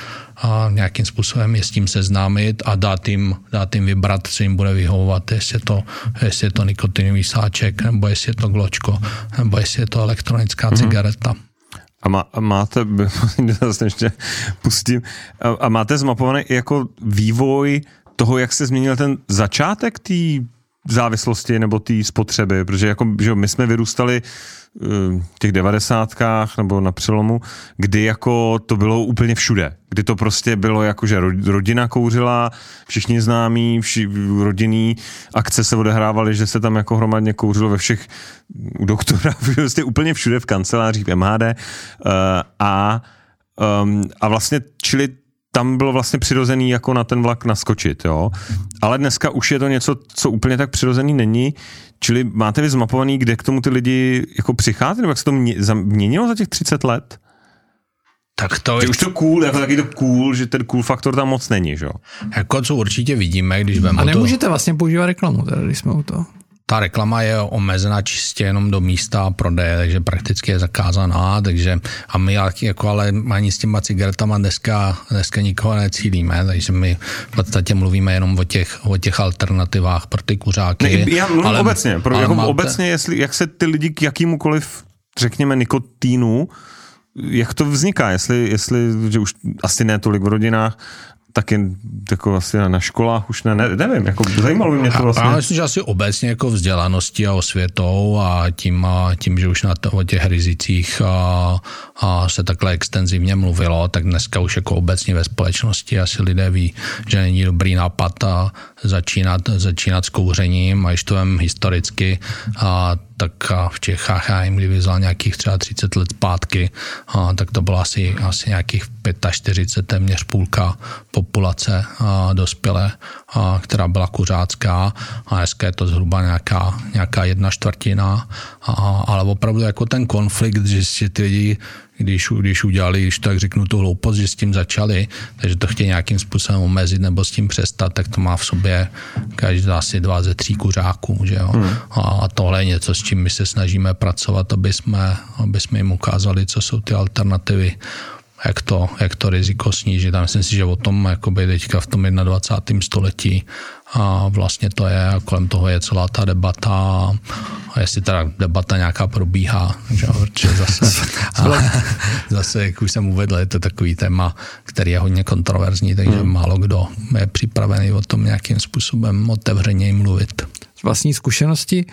a nějakým způsobem je s tím seznámit a dát jim, dát jim vybrat, co jim bude vyhovovat, jestli je to, jestli je to nikotinový sáček, nebo jestli je to gločko, nebo jestli je to elektronická mm-hmm. cigareta. A, má, a máte, zase ještě pustím, a, a máte zmapovaný jako vývoj toho, jak se změnil ten začátek té závislosti nebo té spotřeby, protože jako, že my jsme vyrůstali v těch devadesátkách nebo na přelomu, kdy jako to bylo úplně všude. Kdy to prostě bylo jako, že rodina kouřila, všichni známí, vši, rodinný akce se odehrávaly, že se tam jako hromadně kouřilo ve všech, u doktora, prostě úplně všude v kancelářích, v M H D a, a vlastně, čili tam bylo vlastně přirozený jako na ten vlak naskočit, jo. Ale dneska už je to něco, co úplně tak přirozený není, čili máte vy zmapovaný, kde k tomu ty lidi jako přichází, nebo jak se to měnilo za těch třicet let? Tak to je už to cool, jako taky to cool, že ten cool faktor tam moc není, že jo? Jako co určitě vidíme, když vemu to... A nemůžete to... vlastně používat reklamu, teda, když jsme u toho. Ta reklama je omezena čistě jenom do místa prodeje, takže prakticky je zakázaná, takže a my jako ale ani s těma cigaretama dneska, dneska nikoho necílíme, takže my v podstatě mluvíme jenom o těch, o těch alternativách pro ty kuřáky. Ne, já mluvím ale, obecně, pro, ale jako máte... obecně, jestli, jak se ty lidi k jakýmukoliv, řekněme, nikotínu, jak to vzniká, jestli, jestli že už asi ne tolik v rodinách, tak jen jako asi na školách už ne, ne nevím, jako zajímalo by mě to vlastně. Já myslím, že asi obecně jako vzdělaností a osvětou a tím, a tím že už na to, o těch rizicích a, a se takhle extenzivně mluvilo, tak dneska už jako obecně ve společnosti asi lidé ví, že není dobrý nápad a začínat, začínat s kouřením, a když to vem historicky, a tak v Čechách, já jim kdyby vzal nějakých třeba třicet let zpátky, a tak to bylo asi, asi nějakých čtyřicet pět, téměř půlka populace a dospělé, a která byla kuřácká, a dneska je to zhruba nějaká, nějaká jedna čtvrtina, a, ale opravdu jako ten konflikt, že si ty lidi Když, když udělali, když tak řeknu tu hloupost, že s tím začali, takže to chtějí nějakým způsobem omezit nebo s tím přestat, tak to má v sobě každý asi dva ze tří kuřáků, že jo. Hmm. A tohle je něco, s čím my se snažíme pracovat, aby jsme, aby jsme jim ukázali, co jsou ty alternativy, jak to, jak to riziko snížit. A myslím si, že o tom jakoby teďka v tom dvacátém prvním století a vlastně to je, a kolem toho je celá ta debata, a jestli ta debata nějaká probíhá, že určitě zase, a zase, jak už jsem uvedl, je to takový téma, který je hodně kontroverzní, takže hmm. málo kdo je připravený o tom nějakým způsobem otevřeně mluvit. Z vlastní zkušenosti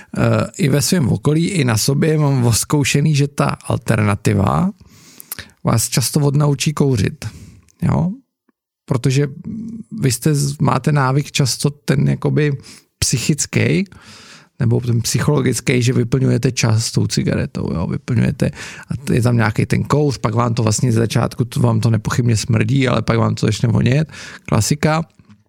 i ve svém okolí, i na sobě mám oskoušený, že ta alternativa vás často odnaučí kouřit, jo? Protože vy jste, máte návyk často ten jakoby psychický nebo ten psychologický, že vyplňujete čas s tou cigaretou, jo? Vyplňujete a je tam nějaký ten kouř, pak vám to vlastně z začátku, to vám to nepochybně smrdí, ale pak vám to začne vonět, klasika.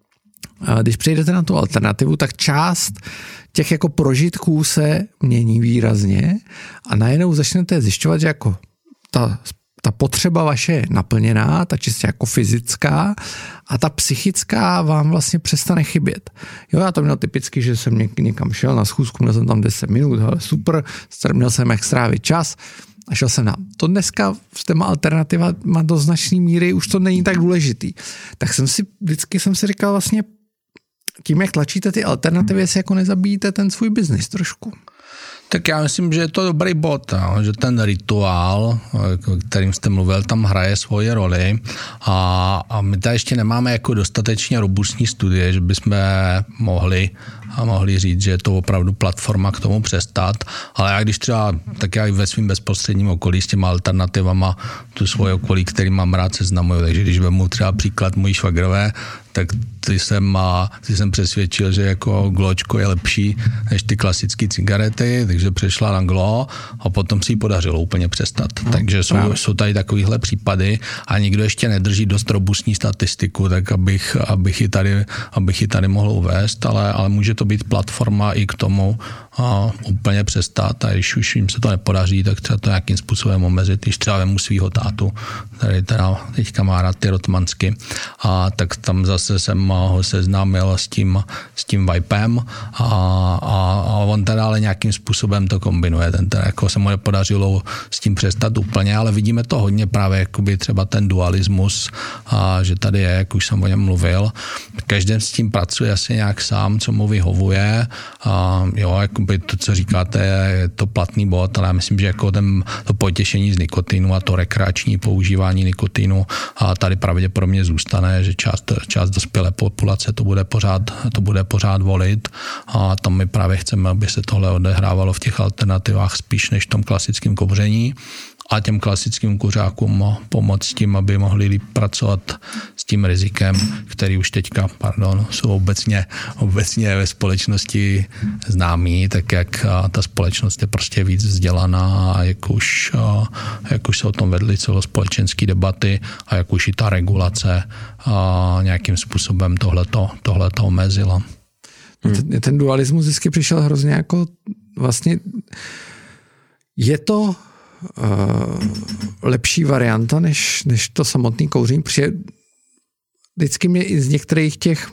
A když přejdete na tu alternativu, tak část těch jako prožitků se mění výrazně a najednou začnete zjišťovat, že jako ta ta potřeba vaše je naplněná, ta čistě jako fyzická, a ta psychická vám vlastně přestane chybět. Jo, já to měl typicky, že jsem něk, někam šel na schůzku, měl jsem tam deset minut, hele, super, měl jsem jak strávit čas a šel jsem na. To dneska s těma alternativama do značné míry už to není tak důležitý. Tak jsem si, vždycky jsem si říkal vlastně, tím, jak tlačíte ty alternativy, si jako nezabíjíte ten svůj biznis trošku. Tak já myslím, že je to dobrý bod, no, že ten rituál, o kterým jste mluvil, tam hraje svoji roli a, a my tady ještě nemáme jako dostatečně robustní studie, že bychom mohli, mohli říct, že je to opravdu platforma k tomu přestat, ale já když třeba, tak já i ve svým bezprostředním okolí s těma alternativama tu svoje okolí, který mám rád, seznamuju, takže když vemu třeba příklad mojí švagrové, tak ty jsem, ty jsem přesvědčil, že jako gločko je lepší než ty klasické cigarety, takže přešla na glo a potom si ji podařilo úplně přestat. Hmm. Takže jsou, jsou tady takovýhle případy a nikdo ještě nedrží dost robustní statistiku, tak abych, abych, ji, tady, abych ji tady mohl uvést, ale, ale může to být platforma i k tomu, a úplně přestat a když už jim se to nepodaří, tak třeba to nějakým způsobem omezit. Když třeba vemu svýho tátu, tady teda teďka má rád ty Rotmansky, a tak tam zase jsem ho seznámil s tím, s tím Vipem a, a, a on teda ale nějakým způsobem to kombinuje. Ten teda jako se mu nepodařilo s tím přestat úplně, ale vidíme to hodně právě jakoby třeba ten dualismus, a že tady je, jak už jsem o něm mluvil. Každý s tím pracuje asi nějak sám, co mu vyhovuje. A jo, jakoby to, co říkáte, je to platný bod, ale já myslím, že jako ten, to potěšení z nikotinu a to rekreační používání nikotinu a tady pravděpodobně zůstane, že část, část dospělé populace to bude pořád, to bude pořád volit a tam my právě chceme, aby se tohle odehrávalo v těch alternativách spíš než v tom klasickém kouření a těm klasickým kuřákům pomoct tím, aby mohli líp pracovat s tím rizikem, který už teďka, pardon, jsou obecně, obecně ve společnosti známý, tak jak ta společnost je prostě víc vzdělaná a jak už, jak už se o tom vedly celospolečenské debaty a jak už i ta regulace nějakým způsobem tohleto, tohleto omezila. Hmm. Ten, ten dualismus vždycky přišel hrozně jako vlastně je to Uh, lepší varianta než, než to samotný kouření, protože vždycky mě i z některých těch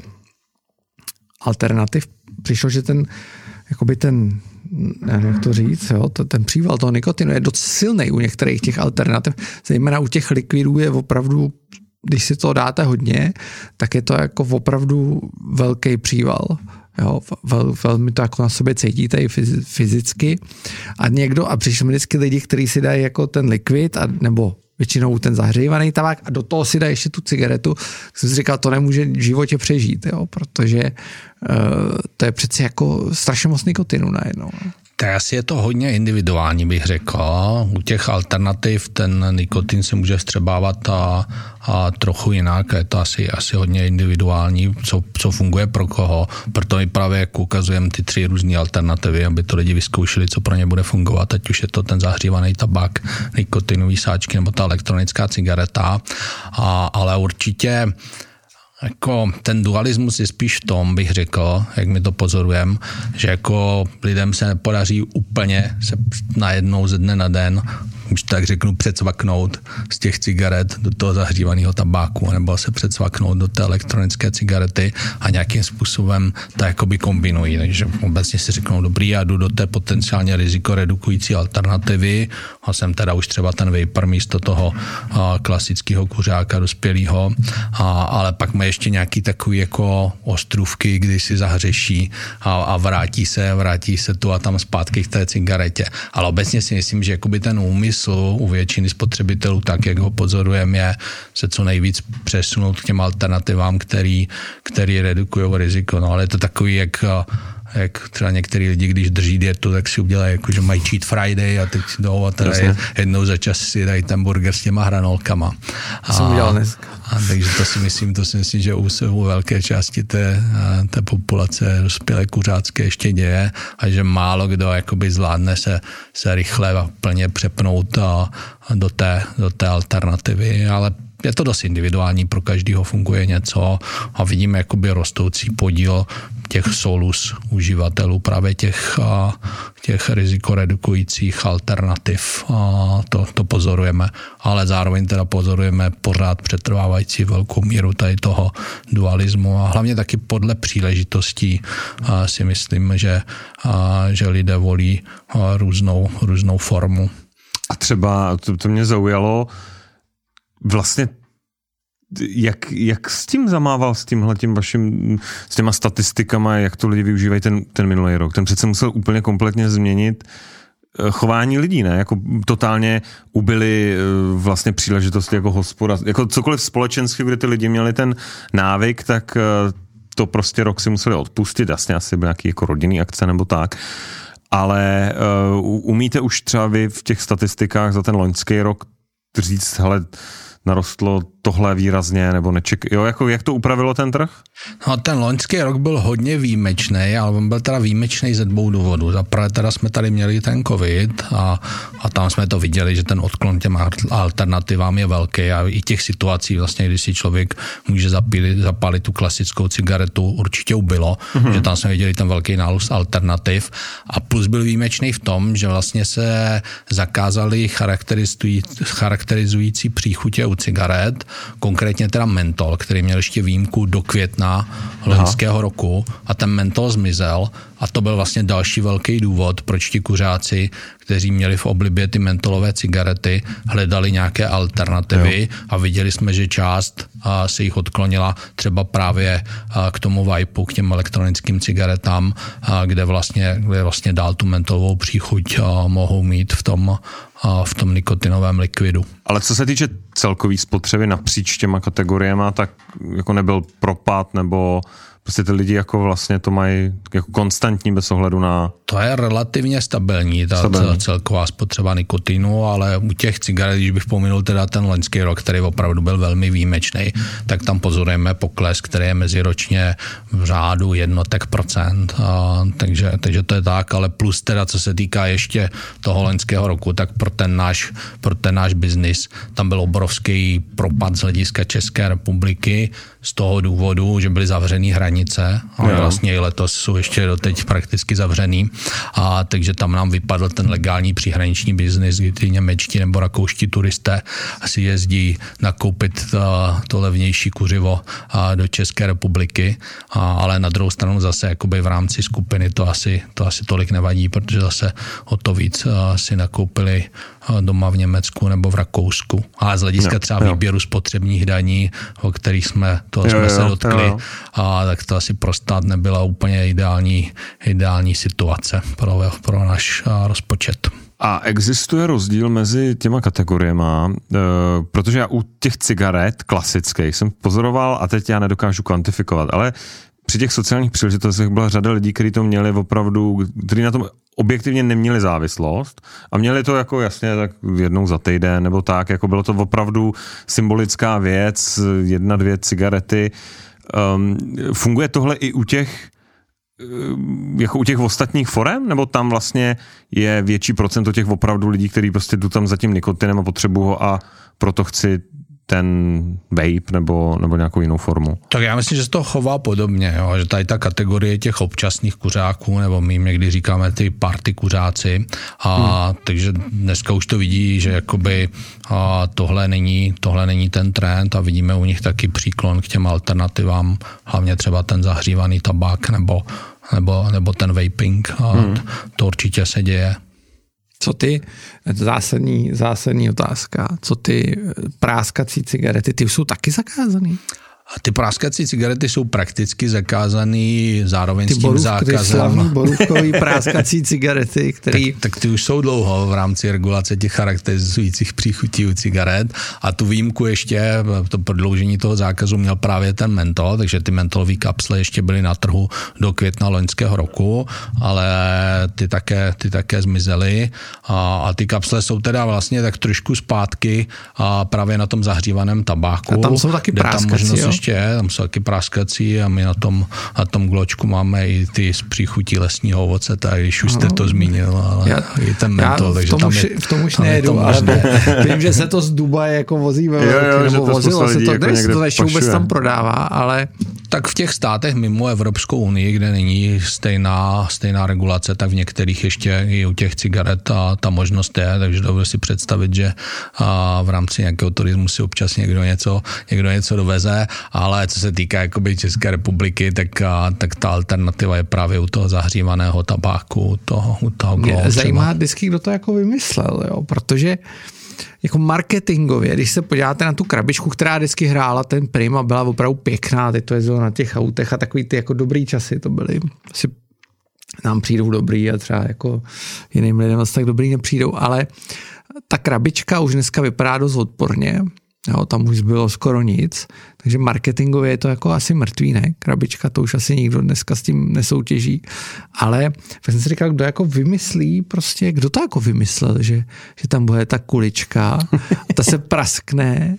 alternativ přišlo, že ten jakoby ten, nevím, jak to říct, jo, ten příval toho nikotinu je dost silný u některých těch alternativ, zejména u těch likvidů je opravdu, když si to dáte hodně, tak je to jako opravdu velký příval. Jo, vel, velmi to jako na sobě cítíte i fyzicky. A někdo, a přišli mi vždycky lidi, kteří si dají jako ten likvid, a, nebo většinou ten zahřívaný tabák a do toho si dají ještě tu cigaretu, jsem si říkal, to nemůže v životě přežít, jo, protože uh, to je přeci jako strašně moc nikotinu najednou. Tak asi je to hodně individuální, bych řekl. U těch alternativ ten nikotin se může vstřebávat a, a trochu jinak. Je to asi, asi hodně individuální, co, co funguje pro koho. Proto my právě jak ukazujeme ty tři různé alternativy, aby to lidi vyzkoušeli, co pro ně bude fungovat. Ať už je to ten zahřívaný tabák, nikotinový sáčky nebo ta elektronická cigareta. A, ale určitě jako ten dualismus je spíš v tom, bych řekl, jak my to pozorujeme, že jako lidem se nepodaří úplně se najednou ze dne na den, už tak řeknu, předsvaknout z těch cigaret do toho zahřívaného tabáku, nebo se předsvaknout do té elektronické cigarety a nějakým způsobem to jakoby kombinují. Takže obecně si řeknou, dobrý, já jdu do té potenciálně riziko redukující alternativy a jsem teda už třeba ten vapor místo toho klasického kuřáka dospělého, ale pak má ještě nějaký takový jako ostrůvky, kdy si zahřeší a, a vrátí se, vrátí se tu a tam zpátky k té cigaretě. Ale obecně si myslím, že jakoby ten úmysl u většiny spotřebitelů, tak jak ho pozorujeme, je se co nejvíc přesunout k těm alternativám, který, který redukují riziko. No ale je to takový, jak jak třeba některý lidi, když drží dietu, tak si udělají, jako, že mají cheat Friday a teď si jdou a teda jednou za čas si dají ten burger s těma hranolkama. To jsem udělal dneska. A takže to si myslím, to si myslím, že u, u velké části té, té populace dospělé kuřácké ještě děje a že málo kdo jakoby zvládne se, se rychle a plně přepnout a, a do, té, do té alternativy, ale je to dost individuální, pro každého funguje něco a vidíme jakoby rostoucí podíl těch solus uživatelů, právě těch, těch rizikoredukujících alternativ. A to, to pozorujeme, ale zároveň teda pozorujeme pořád přetrvávající velkou míru tady toho dualismu a hlavně taky podle příležitostí si myslím, že, že lidé volí různou, různou formu. A třeba, to, to mě zaujalo, vlastně jak, jak s tím zamával, s tímhletím vaším, s těma statistikama, jak to lidi využívají ten, ten minulý rok? Ten přece musel úplně kompletně změnit chování lidí, ne? Jako totálně ubyly vlastně příležitosti jako hospoda, jako cokoliv společenství, kde ty lidi měli ten návyk, tak to prostě rok si museli odpustit, jasně asi byl nějaký jako rodinný akce nebo tak, ale uh, umíte už třeba vy v těch statistikách za ten loňský rok říct, hele, narostlo tohle výrazně, nebo neček... Jo, jako jak to upravilo ten trh? No, ten loňský rok byl hodně výjimečný, ale on byl teda výjimečný ze dvou důvodů. Za prvé teda jsme tady měli ten covid a, a tam jsme to viděli, že ten odklon těm alternativám je velký a i těch situací vlastně, když si člověk může zapílit, zapalit tu klasickou cigaretu, určitě ubylo, mm-hmm. že tam jsme viděli ten velký nárůst alternativ a plus byl výjimečný v tom, že vlastně se zakázaly charakterizující příchutě u cigaret, konkrétně teda mentol, který měl ještě výjimku do května loňského roku a ten mentol zmizel a to byl vlastně další velký důvod, proč ti kuřáci, kteří měli v oblibě ty mentolové cigarety, hledali nějaké alternativy jo. a viděli jsme, že část a, se jich odklonila třeba právě a, k tomu vajpu, k těm elektronickým cigaretám, a, kde, vlastně, kde vlastně dál tu mentolovou příchuť a, mohou mít v tom, a, v tom nikotinovém likvidu. Ale co se týče celkový spotřeby napříč těma kategoriemi, tak jako nebyl propad nebo prostě ty lidi jako vlastně to mají jako konstantní bez ohledu na... To je relativně stabilní, ta stabilní. celková spotřeba nikotinu, ale u těch cigaret, když bych pominul teda ten loňský rok, který opravdu byl velmi výjimečný, tak tam pozorujeme pokles, který je meziročně v řádu jednotek procent. A, takže, takže to je tak, ale plus teda, co se týká ještě toho loňského roku, tak pro ten náš, pro ten náš biznis tam byl obrovský propad z hlediska České republiky z toho důvodu, že byly zavřený hranice, ale no. vlastně i letos jsou ještě doteď prakticky zavřený. A takže tam nám vypadl ten legální příhraniční biznis, kdy ty němečtí nebo rakouští turisté si jezdí nakoupit to, to levnější kuřivo do České republiky, a, ale na druhou stranu zase jakoby v rámci skupiny to asi, to asi tolik nevadí, protože zase o to víc si nakoupili doma v Německu nebo v Rakousku. Ale z hlediska třeba jo, jo. výběru spotřebních daní, o kterých jsme, toho jo, jsme jo, se dotkli, jo, jo. A, tak to asi pro stát nebyla úplně ideální, ideální situace pro, pro náš rozpočet. A existuje rozdíl mezi těma kategoriemi, e, protože já u těch cigaret klasických jsem pozoroval a teď já nedokážu kvantifikovat, ale při těch sociálních příležitostech byla řada lidí, kteří to měli opravdu, kteří na tom objektivně neměli závislost a měli to jako jasně tak jednou za týden nebo tak, jako bylo to opravdu symbolická věc, jedna, dvě cigarety. Um, funguje tohle i u těch jako u těch ostatních forem, nebo tam vlastně je větší procento těch opravdu lidí, kteří prostě jdu tam za tím nikotinem a potřebují ho a proto chci ten vape nebo, nebo nějakou jinou formu. Tak já myslím, že se to chová podobně, jo? Že tady ta kategorie těch občasných kuřáků, nebo my někdy říkáme ty party kuřáci, a hmm. takže dneska už to vidí, že jakoby a tohle není, tohle není ten trend a vidíme u nich taky příklon k těm alternativám, hlavně třeba ten zahřívaný tabák nebo, nebo, nebo ten vaping, a hmm. to určitě se děje. Co ty, zásadní, zásadní otázka, co ty práskací cigarety, ty jsou taky zakázaný? A ty práskací cigarety jsou prakticky zakázaný zároveň ty s tím borůvky, zákazem. Ty slavný borůvkový práskací cigarety, který... Tak, tak ty už jsou dlouho v rámci regulace těch charakterizujících příchutí u cigaret a tu výjimku ještě, to prodloužení toho zákazu měl právě ten mentol, takže ty mentolové kapsle ještě byly na trhu do května loňského roku, ale ty také, ty také zmizely a, a ty kapsle jsou teda vlastně tak trošku zpátky a právě na tom zahřívaném tabáku. A tam jsou taky práskací, ještě je, tam jsou taky práskací a my na tom, na tom gločku máme i ty z příchutí lesního ovoce, tak když už jste to zmínil, ale já, i ten mentol, takže tom tam už, je, v tom už nejedu, ale vím, že se to z Dubaje jako vozí ve velký, nebo vozilo se to, jako kde se to ještě vůbec tam prodává, ale... Tak v těch státech mimo Evropskou unii, kde není stejná, stejná regulace, tak v některých ještě i u těch cigaret ta, ta možnost je, takže dovedu si představit, že a v rámci nějakého turismu si občas někdo něco, někdo něco doveze, ale co se týká jakoby České republiky, tak, a, tak ta alternativa je právě u toho zahřívaného tabáku, u toho, u toho glow. Mě zajímá vždycky, kdo to jako vymyslel, jo? Protože jako marketingově, když se podíváte na tu krabičku, která vždycky hrála ten prim a byla opravdu pěkná, teď to jezdilo na těch autech a takový ty jako dobrý časy to byly. Asi nám přijdou dobrý a třeba jako jiným lidem asi tak dobrý nepřijdou, ale ta krabička už dneska vypadá dost odporně, jo, tam už bylo skoro nic, takže marketingově je to jako asi mrtvý, ne? Krabička, to už asi nikdo dneska s tím nesoutěží, ale tak jsem si říkal, kdo jako vymyslí prostě, kdo to jako vymyslel, že, že tam bude ta kulička, ta se praskne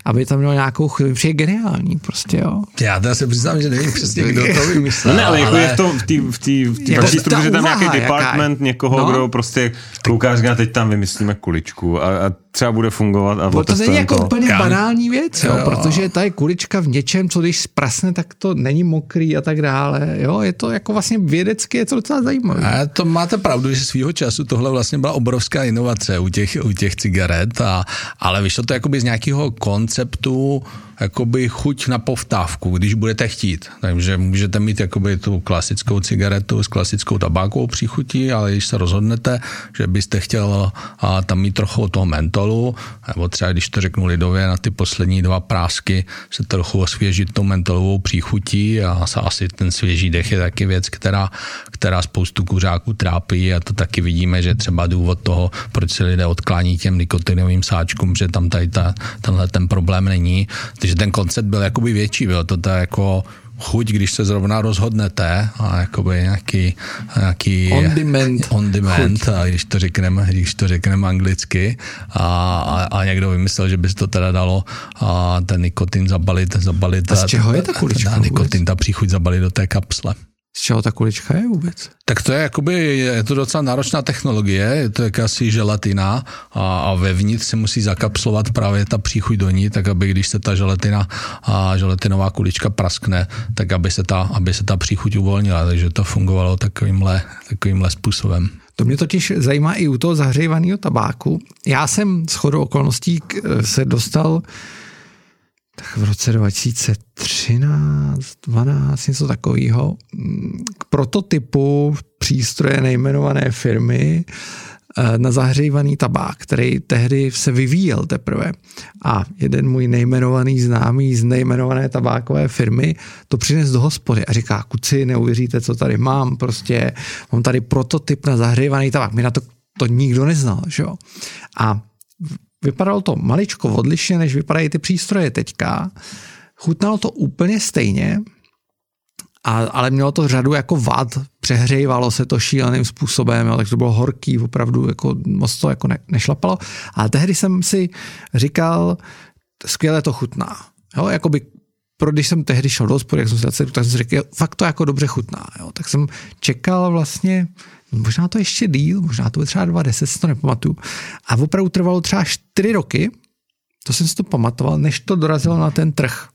aby tam mělo nějakou chvíli, protože je geniální prostě, jo. Já teda se přiznám, že nevím přesně, kdo to vymyslel. No ne, ale jako ale... je v tom, v té v tý, v tý jako vaší struktuře tam nějaký jaká department někoho, no? Kdo prostě kouká, říká, teď tam vymyslíme kuličku a, a třeba bude fungovat. A to není jako to. úplně Já... banální věc, jo, jo. protože ta je kulička v něčem, co když sprasne, tak to není mokrý a tak dále, jo, je to jako vlastně vědecky, je to docela zajímavé. A to máte pravdu, že svýho času tohle vlastně byla obrovská inovace u těch, u těch cigaret, a, ale vyšlo to jakoby z nějakého konceptu jakoby chuť na povtávku, když budete chtít. Takže můžete mít jakoby tu klasickou cigaretu s klasickou tabákovou příchutí, ale když se rozhodnete, že byste chtěl a, tam mít trochu toho mentolu, nebo třeba, když to řeknu lidově, na ty poslední dva prásky se trochu osvěžit tou mentolovou příchutí a asi ten svěží dech je taky věc, která, která spoustu kuřáků trápí a to taky vidíme, že třeba důvod toho, proč se lidé odklání těm nikotinovým sáčkům, že tam tady ta, tenhle ten problém není. Takže ten koncept byl jakoby větší, bylo to tak jako chuť, když se zrovna rozhodnete a jakoby nějaký, nějaký on demand, on demand a když to řekneme, když to řekneme anglicky a, a, a někdo vymyslel, že by se to teda dalo a ten nikotin zabalit, zabalit a z čeho je ta kulička ta nikotin, ta příchuť zabalit do té kapsle. Z čeho ta kulička je vůbec? Tak to je jakoby, je to docela náročná technologie, je to jakási želatina a, a vevnitř se musí zakapslovat právě ta příchuť do ní, tak aby když se ta želatina a želatinová kulička praskne, tak aby se ta, aby se ta příchuť uvolnila, takže to fungovalo takovýmhle, takovýmhle způsobem. To mě totiž zajímá i u toho zahřívaného tabáku. Já jsem shodou okolností se dostal tak v roce dva tisíce třináct, dvanáct, něco takového, k prototypu přístroje nejmenované firmy na zahřívaný tabák, který tehdy se vyvíjel teprve. A jeden můj nejmenovaný známý z nejmenované tabákové firmy to přines do hospody a říká, kuci, neuvěříte, co tady mám, prostě mám tady prototyp na zahřívaný tabák. Mě na to, to nikdo neznal, že jo. A vypadalo to maličko odlišně, než vypadají ty přístroje teďka. Chutnalo to úplně stejně, a, ale mělo to řadu jako vad, přehřejvalo se to šíleným způsobem, jo, takže to bylo horký, opravdu jako moc to jako ne, nešlapalo. Ale tehdy jsem si říkal, skvěle to chutná. Jo, jakoby, pro, když jsem tehdy šel do hospody, jak jsem se tak jsem si řekl, fakt to jako dobře chutná. Jo. Tak jsem čekal vlastně, možná to ještě díl, možná to bylo třeba dva deset, si to nepamatuju. A opravdu trvalo třeba čtyři roky, to jsem si to pamatoval, než to dorazilo na ten trh.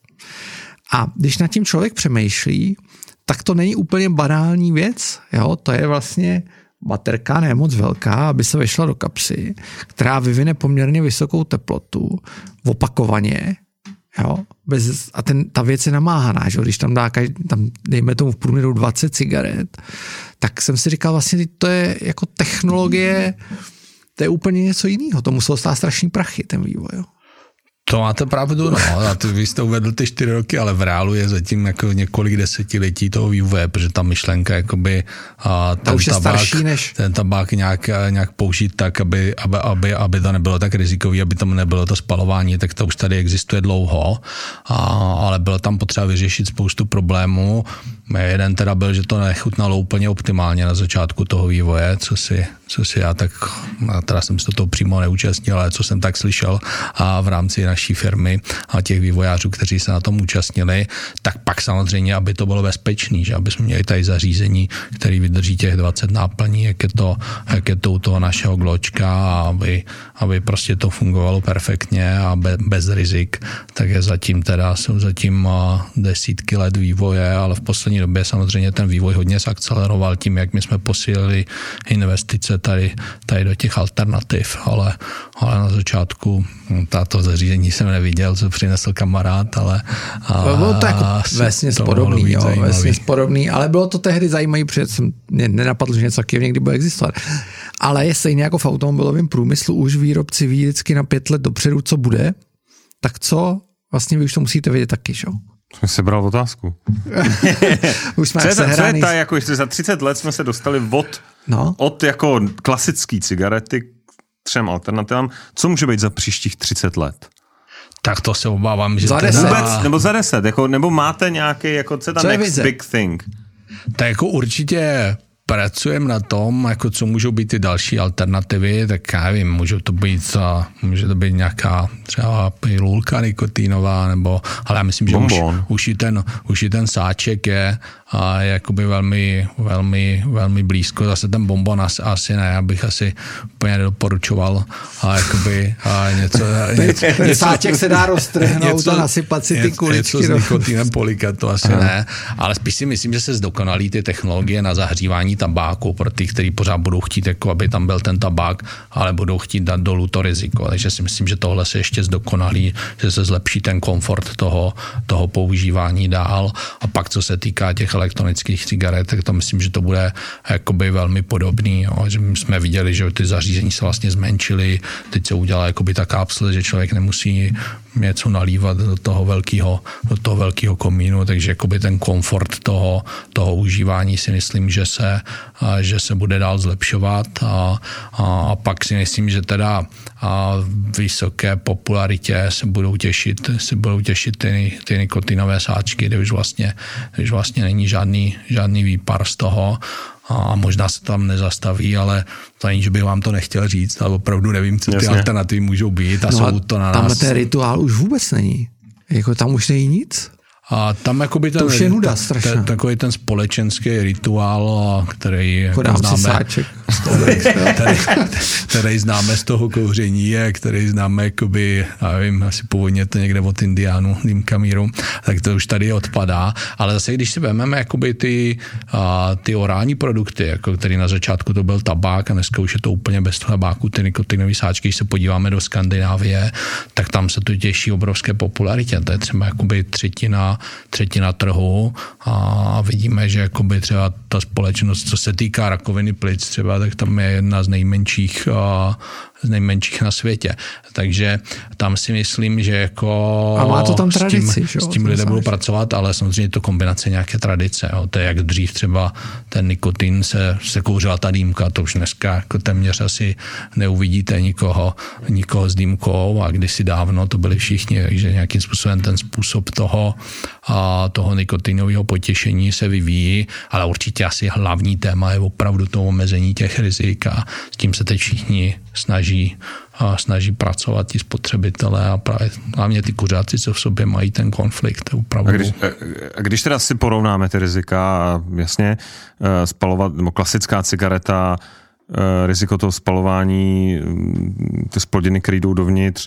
A když nad tím člověk přemýšlí, tak to není úplně banální věc. Jo? To je vlastně baterka, ne moc velká, aby se vešla do kapsy, která vyvine poměrně vysokou teplotu, opakovaně. Jo? Bez, a ten, ta věc je namáhaná, že? Když tam dá, tam dejme tomu v průměru dvacet cigaret, tak jsem si říkal, vlastně to je jako technologie, to je úplně něco jiného. To muselo stát strašný prachy, ten vývoj. Jo? To máte pravdu, no. A to, vy jste uvedl ty čtyři roky, ale v reálu je zatím jako několik desetiletí toho vývoje, protože ta myšlenka jakoby a ten, už je tabák, starší než... ten tabák nějak, nějak použít tak, aby, aby, aby, aby to nebylo tak rizikový, aby tam nebylo to spalování, tak to už tady existuje dlouho, a, ale bylo tam potřeba vyřešit spoustu problémů. Jeden teda byl, že to nechutnalo úplně optimálně na začátku toho vývoje, co si, co si já tak, teda jsem se toho přímo neúčastnil, ale co jsem tak slyšel a v rámci naší firmy a těch vývojářů, kteří se na tom účastnili, tak pak samozřejmě, aby to bylo bezpečný, že aby jsme měli tady zařízení, který vydrží těch dvacet náplní, jak je to, jak je to u toho našeho gločka, a aby, aby prostě to fungovalo perfektně a be, bez rizik, tak je zatím teda, jsou zatím desítky let vývoje, ale v poslední době samozřejmě ten vývoj hodně zakceleroval tím, jak my jsme posílili investice tady, tady do těch alternativ, ale, ale na začátku tato zařízení jsem neviděl, co přinesl kamarád, ale... A, bylo to jako vesměs podobný, jo, vesměs podobný, ale bylo to tehdy zajímavé, protože jsem, mě nenapadlo, že něco takového někdy bude existovat. Ale je stejně jako v automobilovém průmyslu, už výrobci ví vždycky na pět let dopředu, co bude, tak co vlastně vy už to musíte vědět taky, jo? Jsem si bral otázku. Už jsme co, je ta, co je ta, jako ještě za třicet let jsme se dostali od, no? od jako klasické cigarety k třem alternativám. Co může být za příštích třicet let? Tak to se obávám, že... Za teda... deset. Vůbec, nebo za deset, jako, nebo máte nějaký, jako co je ta co next je vize? big thing? Tak jako určitě pracujeme na tom, jako co můžou být ty další alternativy, tak já nevím, můžou to být, může to být nějaká třeba pilulka nikotínová, nebo, ale já myslím, že už, už, i ten, už i ten sáček je, a je jakoby velmi, velmi, velmi blízko. Zase ten bonbon asi, asi ne, já bych asi úplně nedoporučoval a jakoby a něco, něco, ten něco, sáček se dá roztrhnout a nasypat si ty kuličky. Něco s nikotinem polikat, to asi Aha. ne, ale spíš si myslím, že se zdokonalí ty technologie na zahřívání tabáku pro ty, kteří pořád budou chtít, jako aby tam byl ten tabák, ale budou chtít dát dolů to riziko. Takže si myslím, že tohle se ještě zdokonalí, že se zlepší ten komfort toho, toho používání dál. A pak, co se týká těch elektronických cigaret, tak to myslím, že to bude jakoby velmi podobný. Jo. Že jsme viděli, že ty zařízení se vlastně zmenšily, teď se udělala jakoby ta kapsle, že člověk nemusí něco nalívat do toho velkého, do toho velkého komínu, takže jakoby ten komfort toho, toho užívání si myslím, že se, že se bude dál zlepšovat a, a, a pak si myslím, že teda a vysoké popularitě se budou těšit, se budou těšit ty, ty nikotinové sáčky, kde už vlastně, kde už vlastně není žádný, žádný výpar z toho a možná se tam nezastaví, ale to není, že bych vám to nechtěl říct, ale opravdu nevím, co ty Jasně. alternativy můžou být a no jsou to na nás. Tam ten rituál už vůbec není. Jako tam už není nic. A tam jakoby ten, to už je nuda strašná. Ten, takový ten společenský rituál, který jako známe, který, který, který známe z toho kouření a který známe jakoby, já vím, asi původně to někde od Indiánů, Limkamíru, tak to už tady odpadá. Ale zase, když si vezmeme jakoby ty, a, ty orální produkty, jako který na začátku to byl tabák a dneska už je to úplně bez tabáku, ty nikotinové sáčky, když se podíváme do Skandinávie, tak tam se to těší obrovské popularitě. To je třeba jakoby třetina třetina trhu a vidíme, že jakoby třeba ta společnost, co se týká rakoviny plic třeba, tak tam je jedna z nejmenších z nejmenších na světě. Takže tam si myslím, že jako a má to tam tradici, s tím, s tím lidé budou pracovat, ale samozřejmě to kombinace nějaké tradice. Jo. To je jak dřív třeba ten nikotin se, se kouřila ta dýmka, to už dneska jako téměř asi neuvidíte nikoho, nikoho s dýmkou a kdysi dávno to byli všichni, takže nějakým způsobem ten způsob toho, a toho nikotinového potěšení se vyvíjí, ale určitě asi hlavní téma je opravdu to omezení těch rizik a s tím se teď všichni snaží, a snaží pracovat ti spotřebitelé a právě hlavně ty kuřáci, co v sobě mají ten konflikt. Opravdu. A, když, a když teda si porovnáme ty rizika, jasně, spalovat, nebo klasická cigareta, riziko toho spalování, ty splodiny, které jdou dovnitř,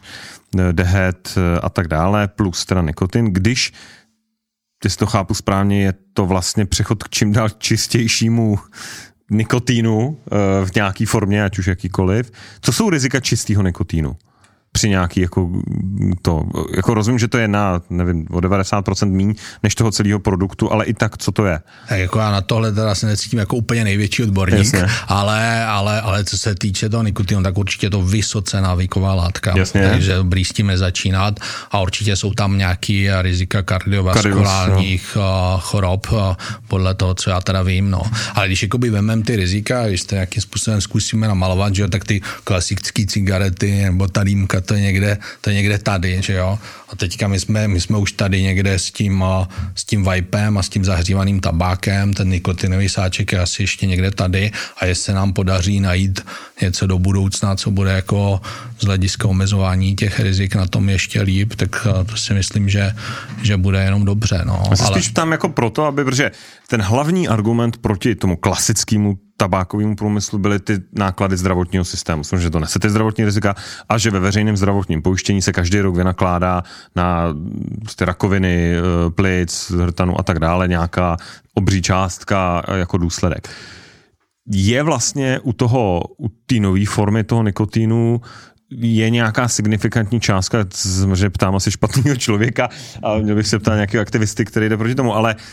dehet a tak dále, plus teda nikotin, když jestli to chápu správně, je to vlastně přechod k čím dál čistějšímu nikotínu v nějaký formě, ať už jakýkoliv. Co jsou rizika čistého nikotínu? Při nějaký jako to, jako rozumím, že to je na, nevím, o devadesát procent míň než toho celého produktu, ale i tak, co to je? Tak jako já na tohle teda se necítím jako úplně největší odborník, ale, ale, ale co se týče toho nikotinu, tak určitě to vysoce návyková látka. Jasně. Takže dobrý s tím nezačínat a určitě jsou tam nějaký rizika kardiovaskulárních no. chorob, podle toho, co já teda vím, no. Ale když jakoby vemem ty rizika, když to nějakým způsobem zkusíme namalovat, že jo, tak ty klasické cigarety nebo ta dýmka, to je někde, to je někde tady, že jo. A teďka my jsme, my jsme už tady někde s tím, s tím vipem a s tím zahřívaným tabákem, ten nikotinový sáček je asi ještě někde tady a jestli se nám podaří najít něco do budoucna, co bude jako z hlediska omezování těch rizik na tom ještě líp, tak to si myslím, že, že bude jenom dobře. No. Já se ale... spíš tam jako proto, aby, protože ten hlavní argument proti tomu klasickému tabákovému průmyslu byly ty náklady zdravotního systému. Myslím, že to nese ty zdravotní rizika a že ve veřejném zdravotním pojištění se každý rok vynakládá na ty rakoviny, plic, hrtanu a tak dále nějaká obří částka jako důsledek. Je vlastně u toho, u té nové formy toho nikotínu je nějaká signifikantní částka, že ptám asi špatného člověka a měl bych se ptát nějakého aktivisty, který jde proti tomu, ale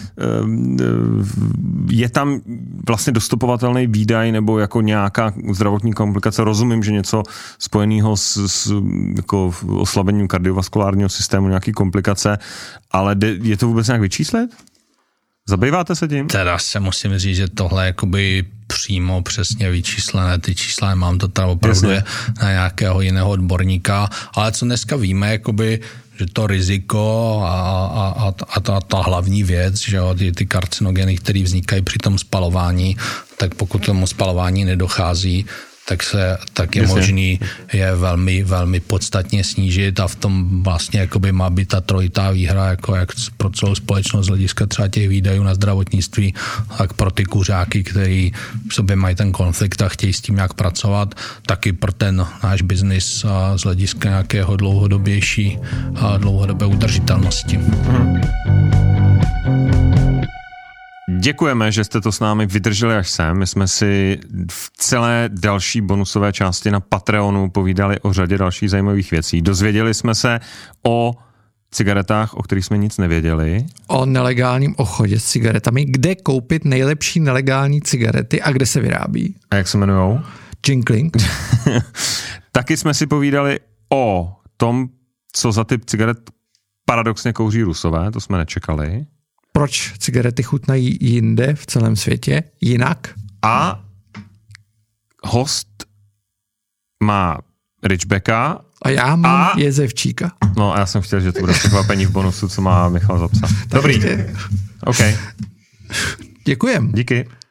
je tam vlastně dostupovatelný výdaj nebo jako nějaká zdravotní komplikace? Rozumím, že něco spojeného s, s jako oslabením kardiovaskulárního systému, nějaký komplikace, ale je to vůbec nějak vyčíslit? Zabýváte se tím? Teda se musím říct, že tohle jakoby přímo přesně vyčíslené, ty čísla mám to teda opravdu je na nějakého jiného odborníka, ale co dneska víme, jakoby, že to riziko a, a, a, a ta, ta hlavní věc, že jo, ty, ty karcinogeny, které vznikají při tom spalování, tak pokud tomu spalování nedochází, tak, se, tak je Jasně. možný je velmi, velmi podstatně snížit a v tom vlastně jakoby má být ta trojitá výhra, jako jak pro celou společnost z hlediska třeba těch výdajů na zdravotnictví, tak pro ty kuřáky, kteří v sobě mají ten konflikt a chtějí s tím nějak pracovat, taky pro ten náš biznis z hlediska nějakého dlouhodobější a dlouhodobé udržitelnosti. Hmm. Děkujeme, že jste to s námi vydrželi až sem. My jsme si v celé další bonusové části na Patreonu povídali o řadě dalších zajímavých věcí. Dozvěděli jsme se o cigaretách, o kterých jsme nic nevěděli. O nelegálním obchodě s cigaretami. Kde koupit nejlepší nelegální cigarety a kde se vyrábí. A jak se jmenujou? Jinkling. Taky jsme si povídali o tom, co za typ cigaret paradoxně kouří Rusové, to jsme nečekali. Proč cigarety chutnají jinde v celém světě jinak? A host má Ridgebacka. A já mám a... jezevčíka. No a já jsem chtěl, že to bude překvapení v bonusu, co má Michal zapsat. Dobrý. OK. Děkujem. Díky.